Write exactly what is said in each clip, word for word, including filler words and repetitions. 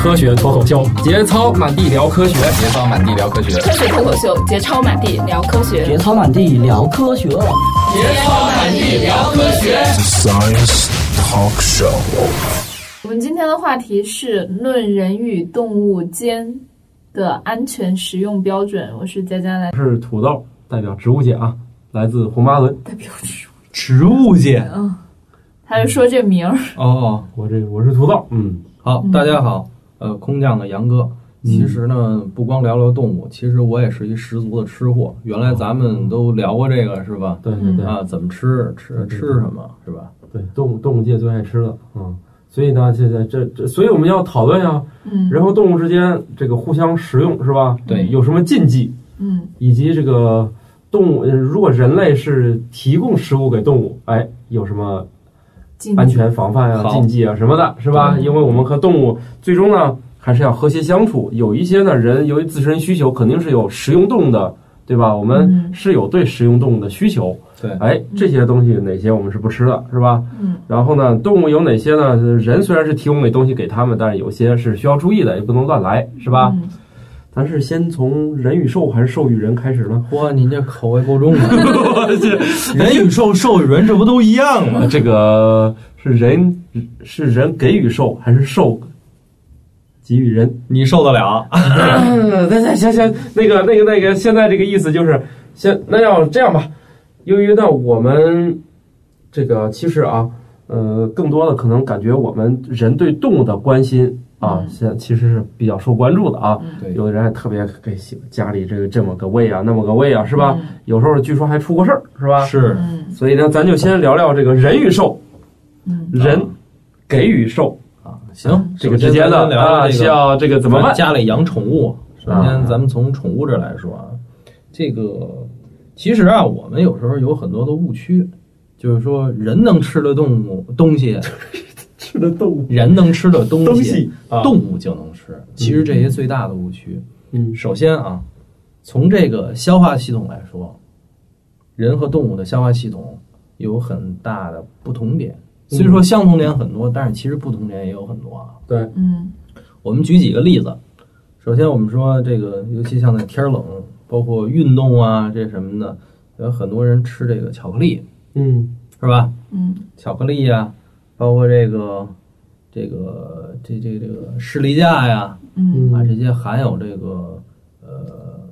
科学脱口秀，节操满地聊科学， 节操满地聊科学， 科学脱口秀，节操满地聊科学， 节操满地聊科学， 节操满地聊科学。 Science Talk Show。 我们今天的话题是论人与动物间的安全食用标准。我是佳佳来， 我是土豆，代表植物界啊，来自红巴伦， 代表植物植物界。 嗯，他就说这名儿。 哦， 我这我是土豆。嗯， 好，大家好，呃，空降的杨哥。其实呢，不光聊聊动物，其实我也是一十足的吃货。原来咱们都聊过这个，是吧？ 对对对啊，怎么吃，吃吃什么，是吧？ 对，动物动物界最爱吃的，嗯。所以呢，现在这这，所以我们要讨论呀，嗯，人和动物之间这个互相食用是吧？ 对， 有什么禁忌？ 嗯， 以及这个动物，如果人类是提供食物给动物，哎，有什么安全防范啊、禁忌啊什么的，是吧？因为我们和动物最终呢还是要和谐相处。有一些呢人由于自身需求，肯定是有食用动物的，对吧？我们是有对食用动物的需求。 对， 哎，这些东西哪些我们是不吃的，是吧？ 嗯。 然后呢，动物有哪些呢？人虽然是提供给东西给他们，但是有些是需要注意的，也不能乱来，是吧？ 嗯。 咱是先从人与兽还是兽与人开始呢？ 哇，您这口味够重啊！人与兽，兽与人，这不都一样吗？ 这个是人是人给予兽，还是兽给予人？ 你受得了？ 行行行，那个那个那个，现在这个意思就是，先那要这样吧。由于呢，我们这个其实啊，呃，更多的可能感觉我们人对动物的关心啊，现在其实是比较受关注的啊。 对， 有的人还特别给家里这个这么个喂啊，那么个喂啊，是吧？有时候据说还出过事儿，是吧？ 是。 所以呢，咱就先聊聊这个人与兽，人给予兽啊，行， 这个之间的啊，需要这个怎么办？ 家里养宠物，首先咱们从宠物这来说啊，这个。其实啊，我们有时候有很多的误区，就是说人能吃的动物东西， 吃的动物， 人能吃的东西， 东西啊、动物就能吃。其实这些最大的误区。 嗯， 首先啊，从这个消化系统来说，人和动物的消化系统有很大的不同点。虽说相同点很多，但是其实不同点也有很多啊。 对， 嗯， 我们举几个例子。首先，我们说这个，尤其像在天冷。包括运动啊，这什么的，有很多人吃这个巧克力， 嗯， 是吧？ 嗯， 巧克力呀、啊，包括这个这个这这这个士力架呀， 嗯啊，这些含有这个呃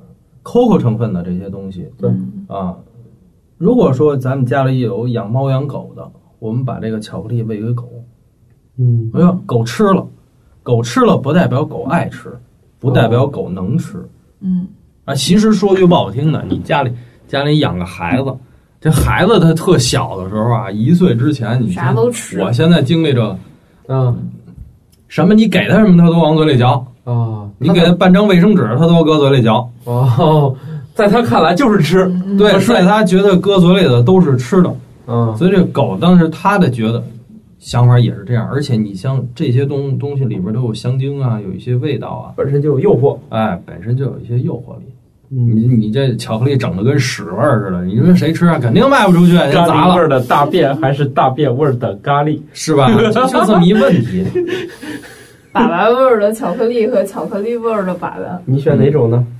coco 成分的这些东西， 对啊。如果说咱们家里有养猫养狗的，我们把这个巧克力喂给狗， 嗯， 哎呦，狗吃了，狗吃了不代表狗爱吃，不代表狗能吃， 嗯。 啊，其实说句不好听的，你家里家里养个孩子，这孩子他特小的时候啊，一岁之前你啥都吃。 我现在经历着， 啊， 什么你给他什么他都往嘴里嚼啊， 你给他半张卫生纸他都要搁嘴里嚼。 哦，在他看来就是吃， 嗯、 对，在他觉得搁嘴里的都是吃的。 嗯， 所以这个狗当时他的觉得想法也是这样，而且你像这些东东西里边都有香精啊，有一些味道啊， 本身就有诱惑， 哎，本身就有一些诱惑力。 嗯、 你你这巧克力整的跟屎味儿似的，你说谁吃啊？肯定卖不出去， 咖喱味儿的大便还是大便味儿的咖喱， 是吧？就就这么一问题。 粑粑味儿的巧克力和巧克力味儿的粑粑， 你选哪种呢？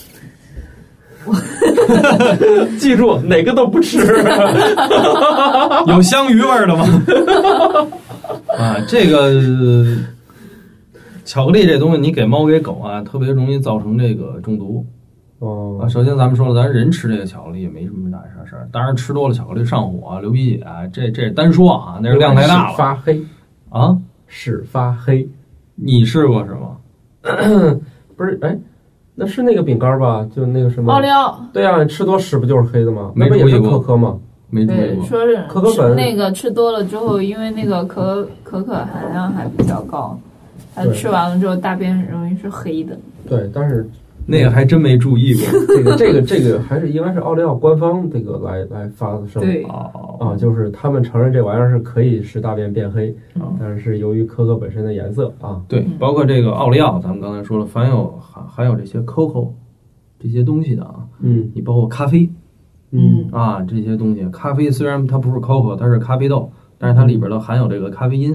记住，哪个都不吃。 有香鱼味儿的吗？啊，这个巧克力这东西，你给猫给狗啊，特别容易造成这个中毒。 哦， 啊，首先咱们说了，咱人吃这个巧克力也没什么大啥事儿，当然吃多了巧克力上火、啊、流鼻血啊，这这单说啊，那是量太大了。 发黑啊， 屎发黑， 你试过是吗？ 不是，哎。那是那个饼干吧？就那个什么奥利奥。 对啊，吃多屎不就是黑的吗？ 没那不也是可可吗？ 没注意过。 说是可可粉那个吃多了之后，因为那个可可可含量还比较高，它吃完了之后大便容易是黑的。 对，但是那个还真没注意过。 这个这个这个还是应该是奥利奥官方这个来来发的声明。 对啊，就是他们承认这玩意儿是可以使大便变黑，嗯、但是是由于可可本身的颜色啊。 对，包括这个奥利奥，咱们刚才说了，凡有含含有这些 coco 这些东西的啊， 嗯， 你包括咖啡， 嗯啊这些东西，咖啡虽然它不是 coco， 它是咖啡豆，但是它里边都含有这个咖啡因。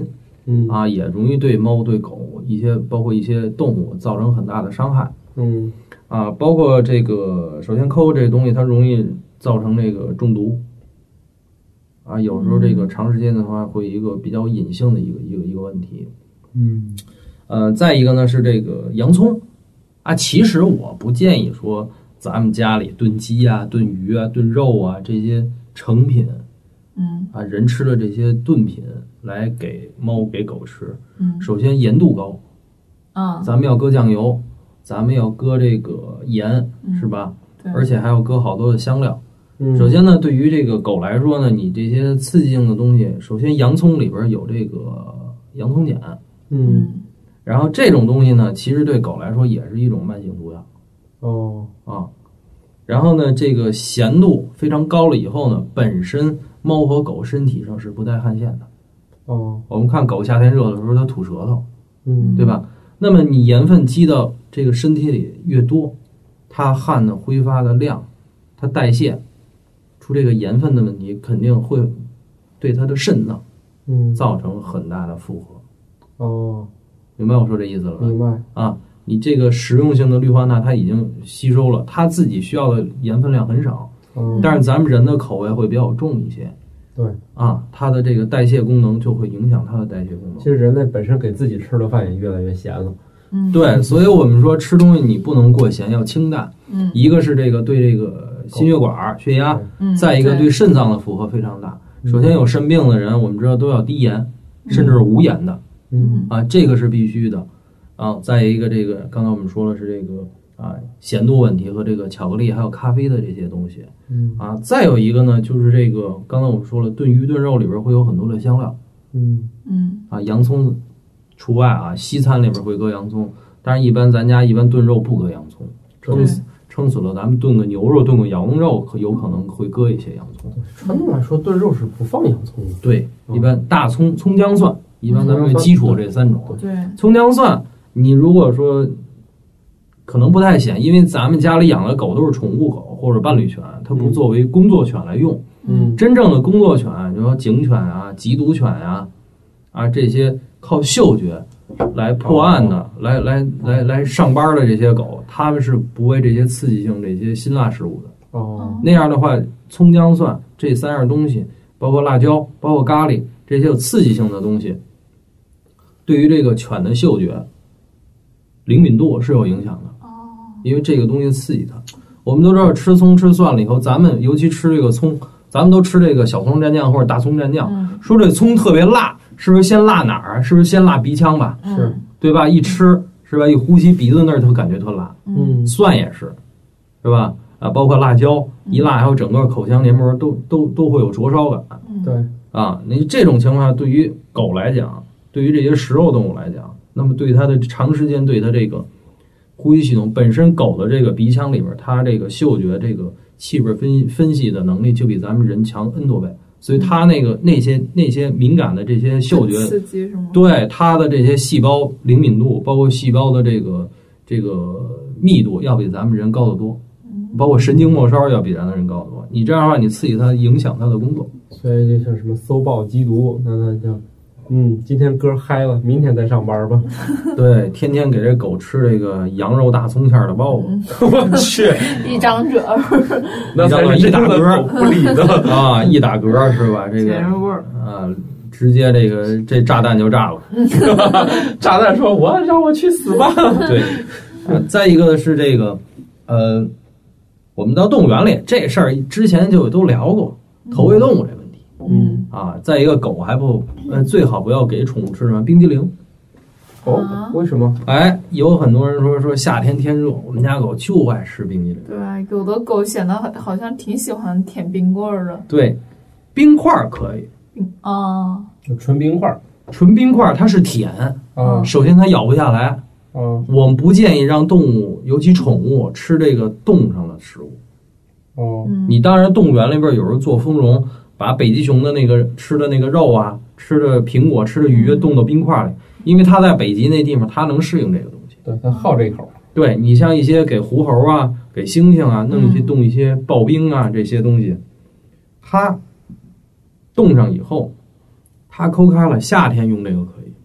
嗯啊，也容易对猫、对狗一些包括一些动物造成很大的伤害。 嗯啊，包括这个，首先氪这个东西它容易造成这个中毒。啊，有时候这个长时间的话，会一个比较隐性的一个一个一个问题。 嗯， 呃，再一个呢是这个洋葱啊，其实我不建议说咱们家里炖鸡啊、炖鱼啊、炖肉啊这些成品， 嗯啊，人吃的这些炖品来给猫给狗吃。 嗯， 首先盐度高， 啊， 咱们要搁酱油，咱们要搁这个盐，是吧？ 对， 而且还要搁好多的香料。 嗯首先呢，对于这个狗来说呢，你这些刺激性的东西，首先洋葱里边有这个洋葱碱， 嗯然后这种东西呢，其实对狗来说也是一种慢性毒药哦啊。然后呢，这个咸度非常高了以后呢，本身猫和狗身体上是不带汗腺的。 哦我们看狗夏天热的时候，它吐舌头， 嗯对吧？那么你盐分积到这个身体里越多，它汗的挥发的量，它代谢出这个盐分的问题，肯定会对它的肾脏嗯造成很大的负荷。 哦， 明白我说这意思了吧？ 明白。 啊，你这个食用性的氯化钠它已经吸收了，它自己需要的盐分量很少， 哦但是咱们人的口味会比较重一些。 对， 啊，它的这个代谢功能就会影响它的代谢功能其。实人类本身给自己吃的饭也越来越咸了。 嗯， 对，所以我们说吃东西你不能过咸，要清淡。 嗯， 一个是这个对这个心血管、血压， 嗯， 再一个对对肾脏的负荷非常大。首先有肾病的人，我们知道都要低盐，甚至是无盐的嗯啊，这个是必须的啊。再一个，这个刚才我们说了是这个啊咸度问题和这个巧克力还有咖啡的这些东西嗯啊。再有一个呢，就是这个刚才我们说了，炖鱼炖肉里边会有很多的香料嗯嗯啊，洋葱除外啊。西餐里边会搁洋葱，但是一般咱家一般炖肉不搁洋葱，撑死撑死了咱们炖个牛肉、炖个羊肉，可有可能会搁一些洋葱。 传统来说炖肉是不放洋葱的。 对，一般大葱、葱姜蒜，一般咱们为基础这三种。 对， 葱姜蒜，你如果说可能不太咸，因为咱们家里养的狗都是宠物狗或者伴侣犬，它不作为工作犬来用。 嗯真正的工作犬，比如说警犬啊、缉毒犬啊，啊这些靠嗅觉来破案的、来来来来上班的这些狗，它们是不为这些刺激性、这些辛辣食物的。 哦那样的话，葱姜蒜这三样东西，包括辣椒、包括咖喱这些有刺激性的东西，对于这个犬的嗅觉灵敏度是有影响的。 哦， 因为这个东西刺激它。我们都知道吃葱吃蒜了以后，咱们尤其吃这个葱，咱们都吃这个小葱蘸酱或者大葱蘸酱， 嗯说这葱特别辣，是不是先辣哪儿？是不是先辣鼻腔吧？ 嗯是对吧？一吃是吧？一呼吸鼻子那儿就感觉特辣。 嗯蒜也是，是吧？啊，包括辣椒，一辣还有整个口腔黏膜都都都会有灼烧感对啊。那这种情况下，对于狗来讲，对于这些食肉动物来讲，那么对它的长时间对它这个呼吸系统本身，狗的这个鼻腔里边，它这个嗅觉这个气味分分析的能力就比咱们人强 N 多倍，所以它那个那些那些敏感的这些嗅觉， 刺激是吗？ 对它的这些细胞灵敏度，包括细胞的这个这个密度，要比咱们人高得多，包括神经末梢要比咱们人高得多。你这样的话，你刺激它，影响它的工作。 所以就像什么搜爆缉毒，那那就嗯，今天歌嗨了，明天再上班吧。 对，天天给这狗吃这个羊肉大葱馅儿的包子， 我去， 一张褶， 那才是真的狗不理的啊，一打嗝是吧？这个甜味儿。 啊，直接这个这炸弹就炸了。 炸弹说：“我让我去死吧。” 对，啊，再一个是这个，呃，我们到动物园里这事儿之前就都聊过，投喂动物这问题嗯啊。再一个，狗还不呃最好不要给宠物吃什么冰激凌。 哦，为什么？ 哎，有很多人说说夏天天热，我们家狗就爱吃冰激凌。 对，有的狗显得好像挺喜欢舔冰棍儿的。 对，冰块可以， 啊， 纯冰块纯冰块它是甜， 啊首先它咬不下来。 啊我们不建议让动物，尤其宠物吃这个冻上的食物。 哦嗯， 你当然动物园里边有时候做丰容，把北极熊的那个吃的那个肉啊，吃的苹果、吃的鱼冻到冰块里，因为它在北极那地方，它能适应这个东西。 对，它好这口。 对你像一些给狐猴啊、给猩猩啊弄一些冻一些刨冰啊这些东西，它冻上以后，它抠开了，夏天用这个可以。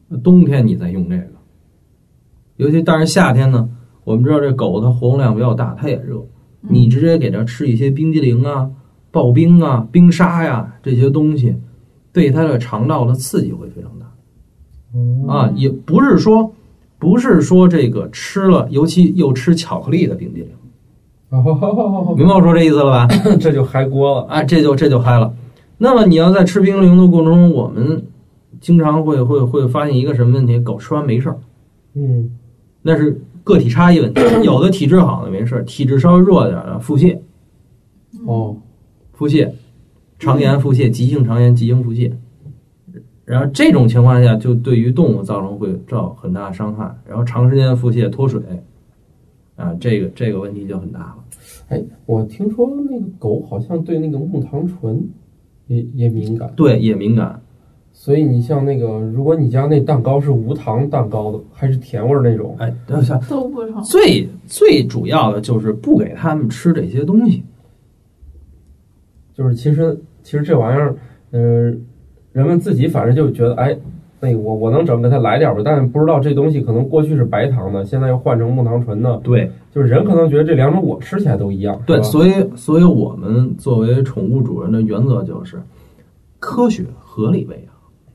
冬天你再用这个。尤其但是夏天呢，我们知道这狗它活动量比较大，它也热，你直接给它吃一些冰激凌啊、刨冰啊、冰沙呀这些东西，对它的肠道的刺激会非常大。嗯、啊，也不是说不是说这个吃了，尤其又吃巧克力的冰激凌。哦，明白我说这意思了吧？ 这就嗨锅了啊，这就这就嗨了。那么你要在吃冰激凌的过程中，我们经常会会会发现一个什么问题？狗吃完没事儿， 嗯， 那是个体差异问题。有的体质好的没事儿，体质稍微弱点的腹泻， 哦， 腹泻、肠炎、腹泻、急性肠炎、急性腹泻。然后这种情况下，就对于动物造成会造很大伤害，然后长时间腹泻脱水，啊，这个这个问题就很大了。 哎，我听说那个狗好像对那个木糖醇也也敏感， 对，也敏感。 所以你像那个，如果你家那蛋糕是无糖蛋糕的，还是甜味儿那种， 哎，等一下， 都不成。 最最主要的就是不给他们吃这些东西。 就是其实其实这玩意儿，嗯、呃，人们自己反正就觉得，哎，那个我我能整给他来点吧，但是不知道这东西可能过去是白糖的，现在又换成木糖醇的。 对， 就是人可能觉得这两种我吃起来都一样。 对，所以所以我们作为宠物主人的原则就是科学合理喂养。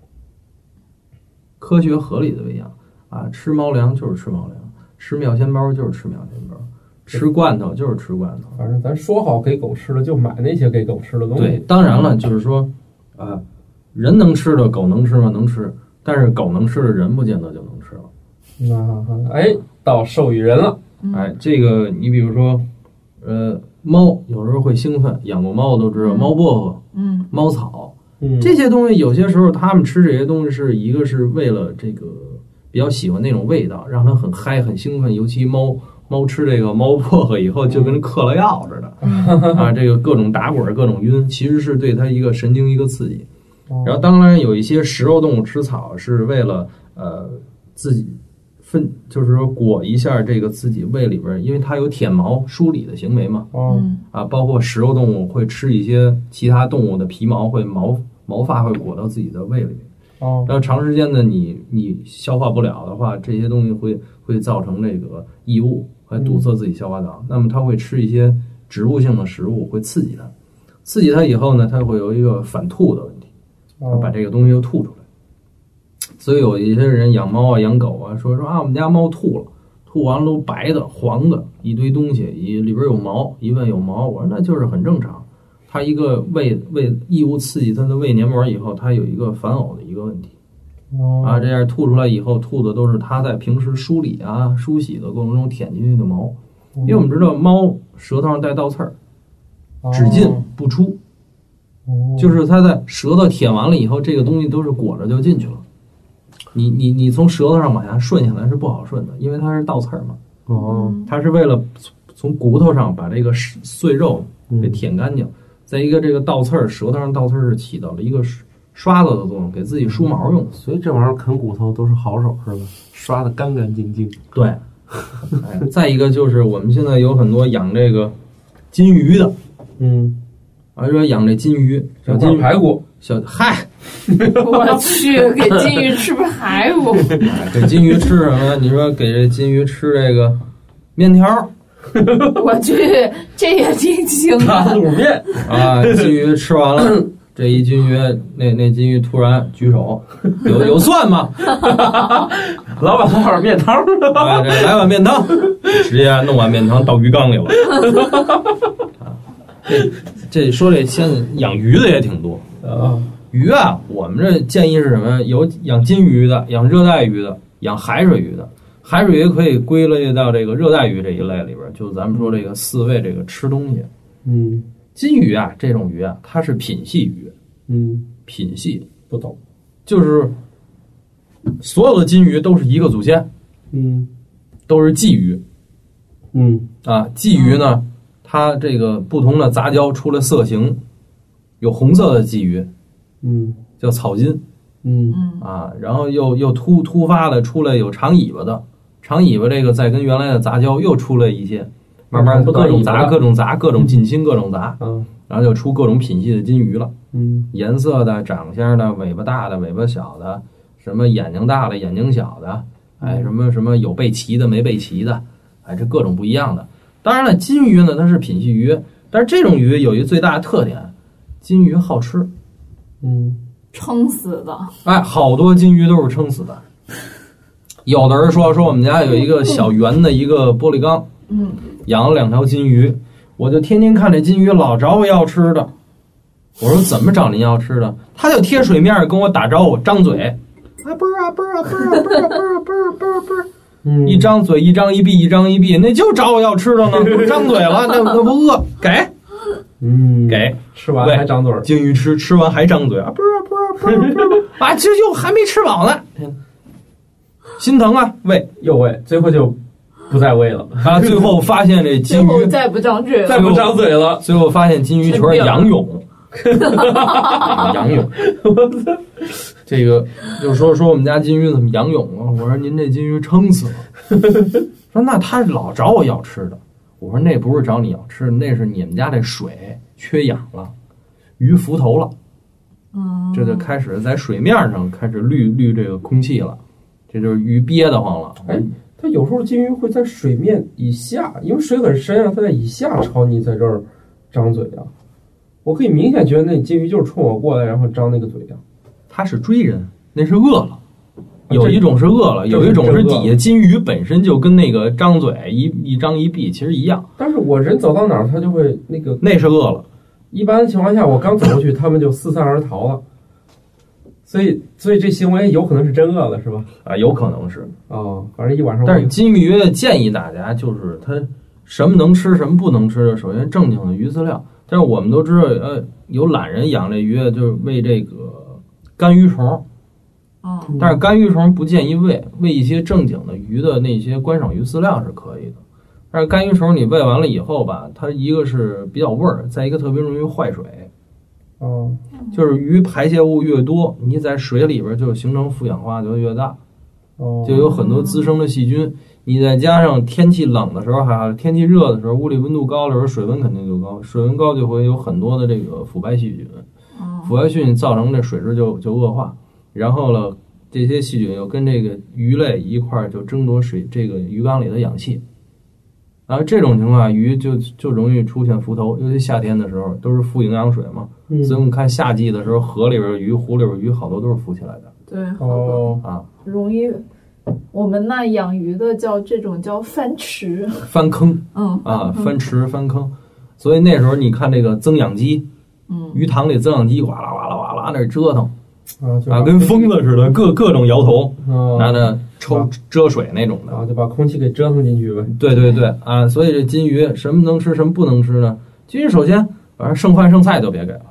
科学合理的喂养啊，吃猫粮就是吃猫粮，吃妙鲜包就是吃妙鲜包，吃罐头就是吃罐头。 反正咱说好给狗吃的，就买那些给狗吃的东西。 对，当然了，就是说啊、呃，人能吃的狗能吃吗？能吃，但是狗能吃的人不见得就能吃了。 那哎，到授予人了。 哎，这个你比如说，呃，猫有时候会兴奋，养过猫的都知道，猫薄荷， 嗯， 猫草。 嗯， 这些东西有些时候他们吃这些东西是一个是为了这个比较喜欢那种味道，让它很嗨很兴奋。尤其猫猫吃这个猫薄荷以后就跟嗑了药似的、嗯、啊，这个各种打滚各种晕，其实是对它一个神经一个刺激。然后当然有一些食肉动物吃草是为了呃自己分，就是说裹一下这个自己胃里边，因为它有舔毛梳理的行为嘛。 嗯啊，包括食肉动物会吃一些其他动物的皮毛，会毛毛发会裹到自己的胃里。 哦， 然后长时间的你你消化不了的话，这些东西会会造成这个异物，会堵塞自己消化道。嗯、那么它会吃一些植物性的食物，会刺激它，刺激它以后呢，它会有一个反吐的问题， 哦、 把这个东西又吐出来。所以有一些人养猫啊、养狗啊，说说啊，我们家猫吐了，吐完了都白的、黄的，一堆东西，里边有毛。一问有毛，我说那就是很正常。它一个胃胃异物刺激它的胃黏膜以后，它有一个反呕的一个问题。 哦、 啊，这样吐出来以后，吐的都是它在平时梳理啊、梳洗的过程中舔进去的毛。因为我们知道猫舌头上带倒刺儿，只进不出， 哦、 就是它在舌头舔完了以后，这个东西都是裹着就进去了。你你你从舌头上往下顺下来是不好顺的，因为它是倒刺儿嘛。 哦， 它是为了从骨头上把这个碎肉给舔干净。嗯、再一个，这个倒刺儿，舌头上倒刺儿是起到了一个刷子的作用，给自己梳毛用。 所以这玩意儿啃骨头都是好手是吧？刷得干干净净。 对。哎，再一个就是我们现在有很多养这个金鱼的， 嗯， 啊，说养这金鱼， 小金鱼排骨。 小嗨， 我去，给金鱼吃排骨。 给金鱼吃什么？你说给这金鱼吃这个面条？ 我去，这也挺腥的。 大卤面啊！金鱼吃完了，这一金鱼，那那金鱼突然举手，有有蒜吗？ 老板来碗面汤。 啊，这来碗面汤，直接弄碗面汤倒鱼缸里了。啊，这这说这现在养鱼的也挺多。 啊， 鱼啊，我们这建议是什么？有养金鱼的，养热带鱼的，养海水鱼的。海水鱼可以归类到这个热带鱼这一类里边，就咱们说这个四位这个吃东西。 嗯， 金鱼啊，这种鱼啊，它是品系鱼。 嗯， 品系不懂， 就是所有的金鱼都是一个祖先。 嗯， 都是鲫鱼。 嗯啊，鲫鱼呢，它这个不同的杂交出了色型。有红色的鲫鱼， 嗯， 叫草金， 嗯啊，然后又又突突发的出来有长尾巴的，长尾巴这个再跟原来的杂交又出了一些，慢慢各种杂各种杂各种近亲各种杂， 嗯， 然后就出各种品系的金鱼了， 嗯， 颜色的、长相的、尾巴大的、尾巴小的， 什么眼睛大的眼睛小的，哎，什么什么有背鳍的没背鳍的，哎，这各种不一样的。当然了，金鱼呢它是品系鱼，但是这种鱼有一个最大的特点，金鱼好吃， 嗯， 撑死的， 哎，好多金鱼都是撑死的。有的人说说我们家有一个小圆的一个玻璃缸， 嗯， 养了两条金鱼，我就天天看这金鱼老找我要吃的。我说怎么找您要吃的？他就贴水面跟我打招呼，张嘴，啊啵啊啵啊啵啊啵啊啵啊啵啊啵啊啵，嗯，一张嘴一张一闭一张一闭，那就找我要吃的呢，不张嘴了，那那不饿，给， 嗯， 给， 吃完还张嘴， 金鱼吃吃完还张嘴，啊啵啊啵啊啵啊啵啊，这就还没吃饱呢，心疼啊，喂又喂，最后就不再喂了啊，最后发现这金鱼再不张嘴了， 再不张嘴了， 最后发现金鱼全是仰泳。仰泳，这个就说说我们家金鱼怎么仰泳啊？我说您这金鱼撑死了。说那他老找我要吃的，我说那不是找你要吃的，那是你们家这水缺氧了，鱼浮头了。 嗯， 这就开始在水面上开始滤滤这个空气了，这就是鱼憋得慌了。 哎，它有时候金鱼会在水面以下，因为水很深啊，它在以下朝你在这儿张嘴啊。我可以明显觉得那金鱼就是冲我过来，然后张那个嘴啊。 它是追人，那是饿了。有一种是饿了，有一种是底下金鱼本身就跟那个张嘴一一张一闭其实一样。 但是我人走到哪儿，它就会那个。 那是饿了。 一般情况下，我刚走过去，它们就四散而逃了。所以，所以这行为有可能是真饿了，是吧？ 啊，有可能是。 哦，反正一晚上。 但是金鱼建议大家就是它什么能吃，什么不能吃。首先正经的鱼饲料。但是我们都知道，呃，有懒人养这鱼，就是喂这个干鱼虫。 哦。 但是干鱼虫不建议喂，喂一些正经的鱼的那些观赏鱼饲料是可以的。但是干鱼虫你喂完了以后吧，它一个是比较味儿，再一个特别容易坏水。 哦。 就是鱼排泄物越多，你在水里边就形成负氧化就越大。 哦。 就有很多滋生的细菌。你再加上天气冷的时候，还有天气热的时候，屋里温度高的时候，水温肯定就高，水温高就会有很多的这个腐败细菌，腐败细菌造成这水质就就恶化，然后呢，这些细菌又跟这个鱼类一块儿就争夺水这个鱼缸里的氧气，然后这种情况下鱼就就容易出现浮头，尤其夏天的时候都是富营养水嘛，嗯、所以我们看夏季的时候，河里边的鱼、湖里边的鱼好多都是浮起来的。 对， 哦啊， 容易。我们那养鱼的叫这种叫翻池， 翻坑， 嗯啊，翻池翻坑，所以那时候你看这个增氧机， 嗯， 鱼塘里增氧机哗啦哗啦哗啦那折腾， 啊， 啊，跟疯子似的，各各种摇头， 啊， 拿着抽遮水那种的， 啊，就把空气给折腾进去呗。 对对对，啊，所以这金鱼什么能吃，什么不能吃呢？金鱼首先，反正剩饭剩菜都别给了。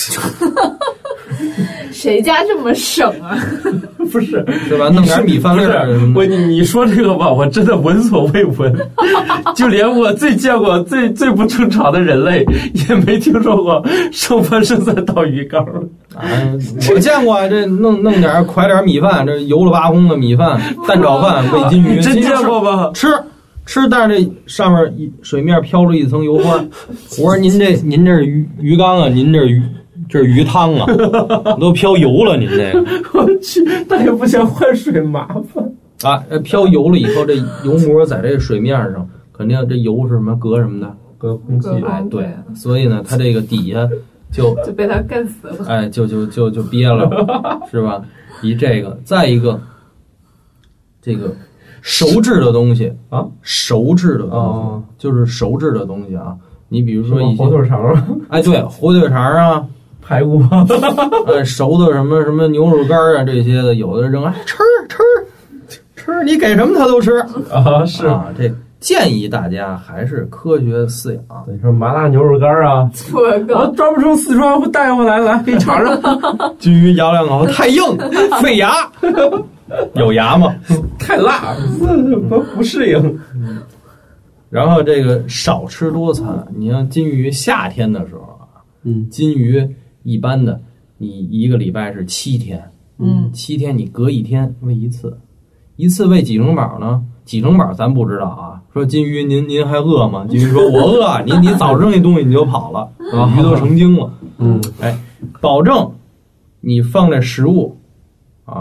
谁家这么省啊？ 不是， 对吧？弄点米饭粒儿。 我你你说这个吧，我真的闻所未闻，就连我最见过最最不正常的人类，也没听说过剩饭剩菜倒鱼缸。 啊，我见过这弄弄点快点米饭，这油了吧烘的米饭、蛋炒饭喂金鱼， 真见过吧？ 吃吃，但是这上面一水面飘着一层油花。我说您这您这是鱼鱼缸啊，您这鱼。这是鱼汤啊，都飘油了，您这个， 我去，那也不嫌换水麻烦啊！飘油了以后，这油膜在这水面上，肯定这油是什么隔什么的， 隔空气。 哎，对，所以呢，它这个底下就就被它干死了。 哎，就就就就憋了，是吧？一这个，再一个，这个熟制的东西啊， 熟制的东西， 哦、 就是熟制的东西啊。你比如说一些火腿肠啊， 哎，对，火腿肠啊。 排骨， 哎，熟的什么什么牛肉干啊，这些的，有的扔，哎，吃吃吃，你给什么他都吃啊，是啊。这建议大家还是科学饲养。 对，说麻辣牛肉干啊，我专不出四川带回来，来给你尝尝。 金鱼咬两口，太硬，费牙，有牙吗？ 太辣，不不适应。 然后这个少吃多餐，你像金鱼夏天的时候啊， 嗯， 金鱼。一般的，你一个礼拜是七天， 嗯， 七天你隔一天喂一次，一次喂几成饱呢？几成饱咱不知道啊。说金鱼您您还饿吗？金鱼说我饿，你你早扔一东西你就跑了，鱼都成精了。 嗯， 哎，保证你放这食物啊，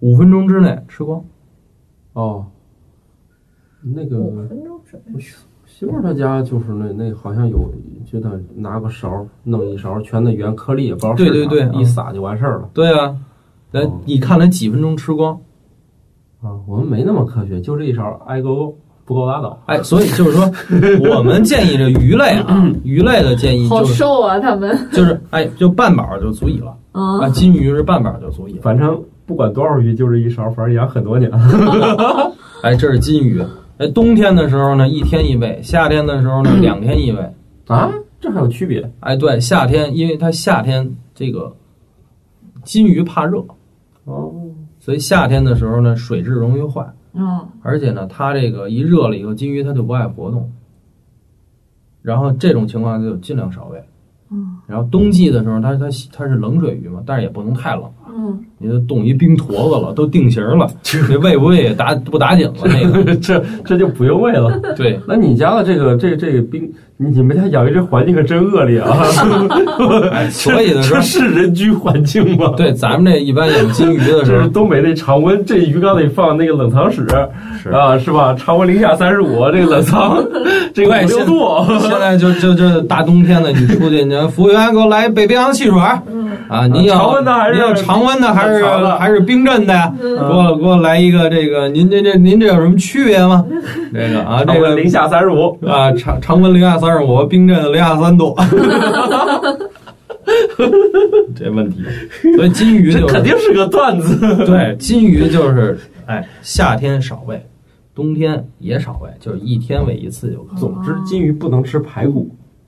五分钟之内吃光。 哦，那个五分钟之内。 媳妇儿她家就是那那好像有，就他拿个勺弄一勺全的圆颗粒，也不知道是啥， 对对对， 一撒就完事儿了。 对啊，来、哦、你看他几分钟吃光啊？我们没那么科学，就这一勺，挨够够不够拉倒。 哎，所以就是说，我们建议这鱼类啊，鱼类的建议就是好瘦啊，他们就是哎，就半饱就足以了。 嗯、 啊，金鱼是半饱就足以了。 反正不管多少鱼，就这一勺，反正养很多年。 哎，这是金鱼。哎，冬天的时候呢，一天一喂；夏天的时候呢，两天一喂。 啊，这还有区别？ 哎，对，夏天，因为它夏天这个金鱼怕热， 哦， 所以夏天的时候呢，水质容易坏。 嗯， 而且呢，它这个一热了以后，金鱼它就不爱活动。然后这种情况就尽量少喂。 嗯， 然后冬季的时候，它它它是冷水鱼嘛，但是也不能太冷。 嗯， 你都冻一冰坨子了，都定型了，这喂不喂也打不打紧了，那个这这就不用喂了。 对， 那你家的这个这这个冰，你你们家养鱼这环境可真恶劣啊！ 哎，所以的时候这是人居环境吗？ 对，咱们这一般养金鱼的时候， 这是东北那常温，这鱼缸里放那个冷藏室是啊，是吧？常温零下三十五，这个冷藏这个五六度。 现在就就这大冬天的，你出去，你服务员给我来一杯冰洋汽水。 嗯啊，你要常温的还是你要常温的还是还是冰镇的呀？ 嗯、 给我给我来一个这个，您这这您这有什么区别吗？这个啊，这个零下三十五啊，常常温零下三十五，冰镇零下三度。这问题，所以金鱼、就是、 这肯定是个段子。 对，金鱼就是哎，夏天少喂，冬天也少喂，就是一天喂一次就可以。 总之，金鱼不能吃排骨。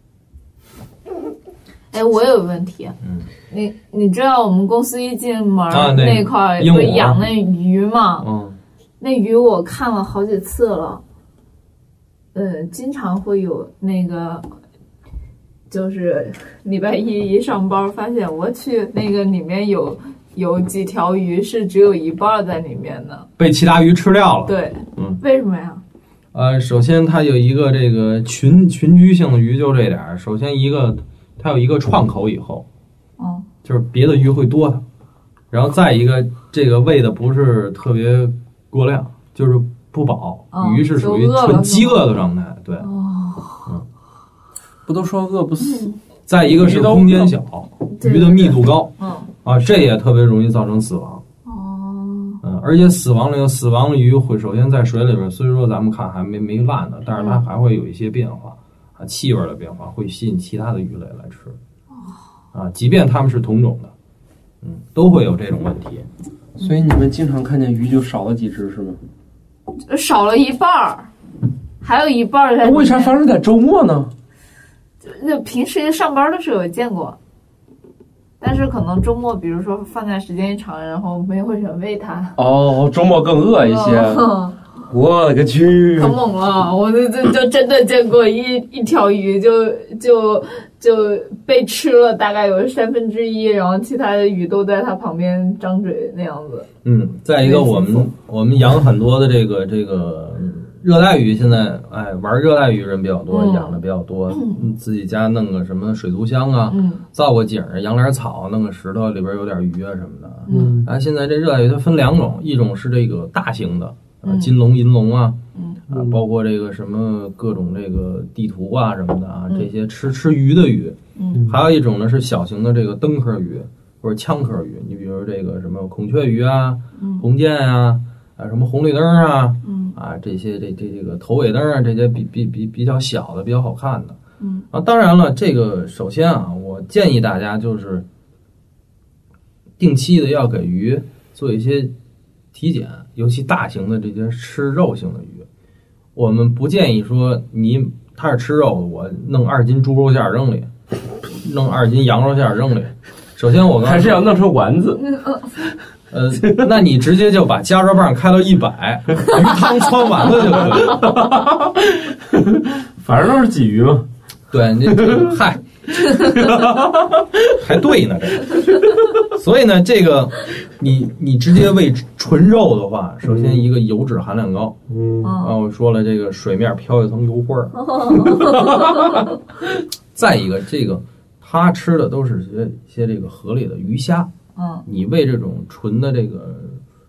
哎，我有个问题， 嗯， 你你知道我们公司一进门、 啊、 那块不养那鱼吗？ 嗯， 那鱼我看了好几次了，呃，经常会有那个，就是礼拜一一上班发现，我去那个里面有有几条鱼是只有一半在里面的， 被其他鱼吃掉了。 对， 嗯， 为什么呀？ 呃，首先它有一个这个群群居性的鱼就这点，首先一个。它有一个创口以后， 嗯， 就是别的鱼会多它，然后再一个这个喂的不是特别过量，就是不饱， 哦、 鱼是属于纯饥饿的状态，对， 哦， 嗯， 不都说饿不死？ 嗯、再一个是空间小，鱼的密度高， 嗯， 啊，这也特别容易造成死亡， 哦， 嗯，而且死亡了，死亡的鱼会首先在水里边，虽说咱们看还没没烂呢，但是它还会有一些变化。啊，气味的变化会吸引其他的鱼类来吃，啊，即便它们是同种的，嗯，都会有这种问题。 所以你们经常看见鱼就少了几只是吗？ 少了一半儿，还有一半儿在。 为啥发生在周末呢？ 那平时上班的时候有见过，但是可能周末，比如说放假时间一长，然后没有人喂它。 哦，周末更饿一些。哦我勒个去！ 可猛了！我就就就真的见过一一条鱼就就就被吃了，大概有三分之一，然后其他的鱼都在它旁边张嘴那样子。 嗯，再一个，我们我们养很多的这个这个热带鱼，现在哎玩热带鱼人比较多，嗯、养的比较多，嗯、自己家弄个什么水族箱啊， 嗯、 造个井，养点草，弄个石头里边有点鱼啊什么的。 嗯， 哎，现在这热带鱼它分两种，一种是这个大型的。啊，金龙、银龙啊， 嗯啊，包括这个什么各种这个地图啊什么的啊，嗯、这些吃吃鱼的鱼， 嗯， 还有一种呢是小型的这个灯科鱼或者枪科鱼，你比如这个什么孔雀鱼啊、 嗯、 红箭啊，啊什么红绿灯啊， 嗯啊这些这这这个头尾灯啊，这些比比比比较小的、比较好看的， 嗯啊，当然了，这个首先啊，我建议大家就是定期的要给鱼做一些体检。尤其大型的这些吃肉性的鱼，我们不建议说你他是吃肉的，我弄二斤猪肉馅扔里，弄二斤羊肉馅扔里。首先我刚还是要弄成丸子。 呃，那你直接就把加热棒开到一百，鱼汤穿丸子就可以。 反正都是鲫鱼嘛。 对，你嗨，还对呢，这个。所以呢，这个你你直接喂纯肉的话，首先一个油脂含量高， 嗯， 然后我说了，这个水面飘一层油花儿。再一个，这个它吃的都是些些这个河里的鱼虾， 嗯， 你喂这种纯的这个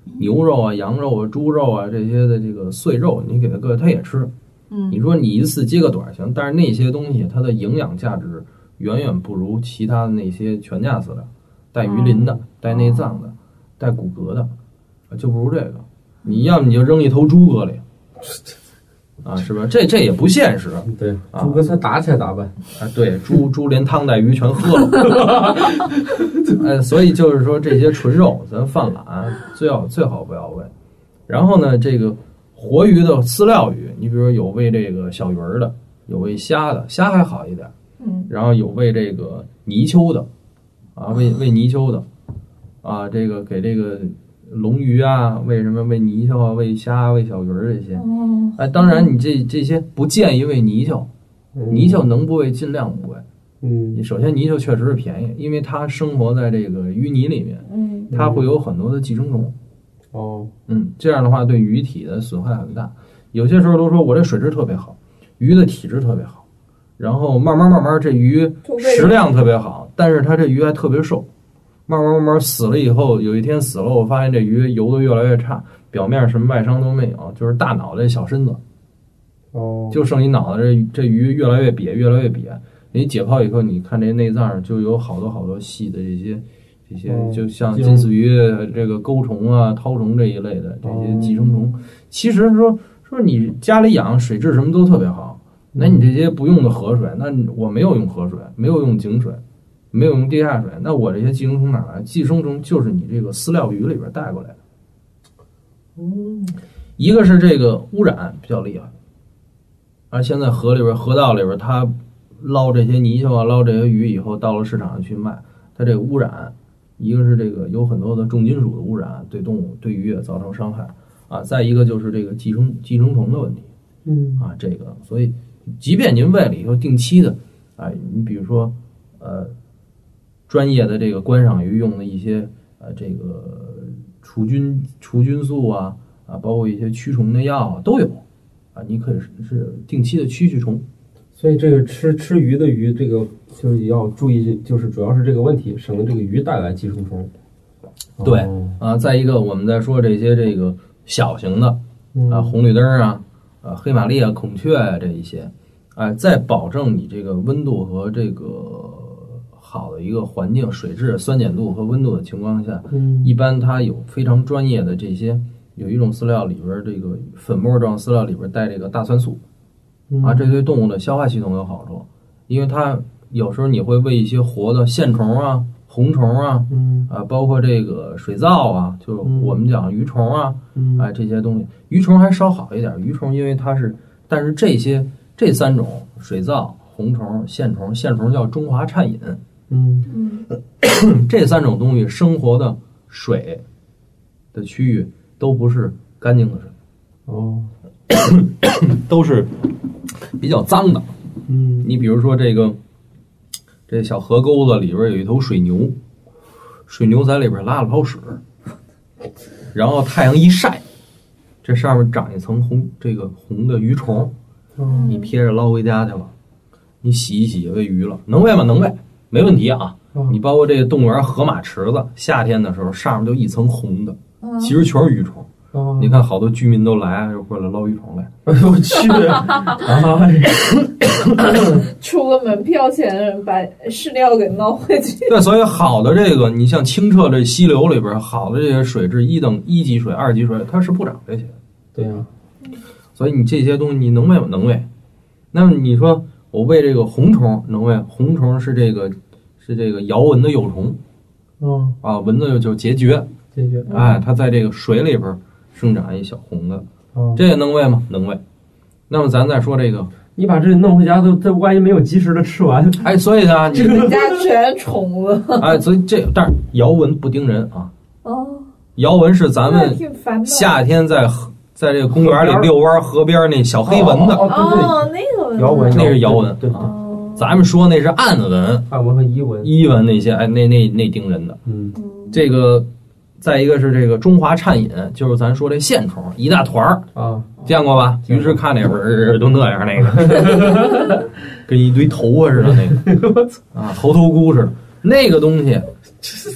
牛肉啊、羊肉啊、猪肉啊这些的这个碎肉，你给它搁它也吃。 嗯， 你说你一次接个短行，但是那些东西它的营养价值远远不如其他的那些全价饲料，带鱼鳞的、带内脏的、带骨骼的，就不如这个。你要么你就扔一头猪搁里。啊，是吧？这这也不现实。 对，猪跟它打起来咋办？ 啊，对，猪猪连汤带鱼全喝了。哎，所以就是说这些纯肉咱犯懒，最好最好不要喂。然后呢，这个活鱼的饲料鱼，你比如说有喂这个小鱼儿的，有喂虾的，虾还好一点。 嗯。 然后有喂这个泥鳅的，啊，喂喂泥鳅的，啊，这个给这个。龙鱼啊，喂什么喂泥鳅啊，喂虾、喂小鱼儿这些。 哦， 哎，当然你这这些不建议喂泥鳅，泥鳅能不喂尽量不喂。 嗯， 首先泥鳅确实是便宜，因为它生活在这个淤泥里面， 嗯， 它会有很多的寄生虫。 哦， 嗯，这样的话对鱼体的损害很大。有些时候都说我这水质特别好，鱼的体质特别好，然后慢慢慢慢这鱼食量特别好，但是它这鱼还特别瘦。慢慢慢慢死了以后，有一天死了，我发现这鱼游得越来越差，表面什么外伤都没有，就是大脑袋小身子， 哦， 就剩一脑袋，这这鱼越来越瘪，越来越瘪。你解剖以后，你看这内脏就有好多好多细的这些这些，就像金丝鱼、这个钩虫啊、绦虫这一类的这些寄生虫。其实说说你家里养水质什么都特别好，那你这些不用的河水，那我没有用河水，没有用井水。没有用地下水，那我这些寄生虫哪来？寄生虫就是你这个饲料鱼里边带过来的。 嗯， 一个是这个污染比较厉害，而现在河里边、河道里边，它捞这些泥鳅啊、捞这些鱼以后，到了市场上去卖，它这个污染，一个是这个有很多的重金属的污染，对动物、对鱼也造成伤害啊。再一个就是这个寄生寄生虫的问题， 嗯啊，这个所以，即便您喂了以后定期的，哎，你比如说，呃。专业的这个观赏鱼用的一些呃这个除菌除菌素啊啊，包括一些驱虫的药啊都有啊，你可以是是定期的驱驱虫。 所以这个吃吃鱼的鱼，这个就是要注意，就是主要是这个问题，省得这个鱼带来寄生虫。 对、 哦、 啊，再一个我们在说这些这个小型的啊红绿灯啊啊黑玛丽啊孔雀啊这一些，哎、啊，在保证你这个温度和这个。好的一个环境、水质、酸碱度和温度的情况下， 嗯， 一般它有非常专业的这些，有一种饲料里边这个粉末状饲料里边带这个大蒜素， 嗯、 啊，这对动物的消化系统有好处，因为它有时候你会喂一些活的线虫啊、红虫啊， 嗯啊，包括这个水蚤啊，就是我们讲鱼虫啊， 嗯， 哎，这些东西，鱼虫还稍好一点，鱼虫因为它是，但是这些这三种水蚤、红虫、线虫，线虫叫中华颤隐。 嗯嗯， 这三种东西生活的水的区域都不是干净的水， 哦， 都是比较脏的。 嗯， 你比如说这个这小河沟子里边有一头水牛，水牛在里边拉了泡屎，然后太阳一晒，这上面长一层红这个红的鱼虫， 嗯、 你撇着捞回家去了，你洗一洗喂鱼了，能喂吗？能喂。没问题啊，你包括这个动物园河马池子，夏天的时候上面就一层红的，其实全是鱼虫。 哦、 你看好多居民都来，就过来捞鱼虫来。 哎呦我去！ 出个门票钱把饲料给捞回去。 对，所以好的这个，你像清澈这溪流里边，好的这些水质一等一级水、二级水，它是不长这些。 对呀、啊， 所以你这些东西你能喂吗？能喂。那么你说我喂这个红虫能喂？红虫是这个。是这个摇蚊的幼虫， 嗯啊，蚊子就孑孓， 孑孓， 哎，它在这个水里边生长一小红的， 哦、 这也能喂吗？能喂。那么咱再说这个， 你把这弄回家都，这万一没有及时的吃完， 哎，所以呢，你们家全虫子， 哎，所以这但是摇蚊不叮人啊， 哦， 摇蚊是咱们夏天在在这个公园里遛弯河边那小黑蚊子， 哦， 哦那个摇蚊， 那是摇蚊， 对。 啊咱们说那是暗蚊， 暗蚊和伊蚊， 伊蚊那些，哎，那那那叮人的。 嗯， 这个，再一个是这个中华颤隐，就是咱说这线虫，一大团儿啊， 见过吧？于是看那会儿都那样，那个跟一堆头发似的那个啊，猴头菇似的那个东西。 这怎么说出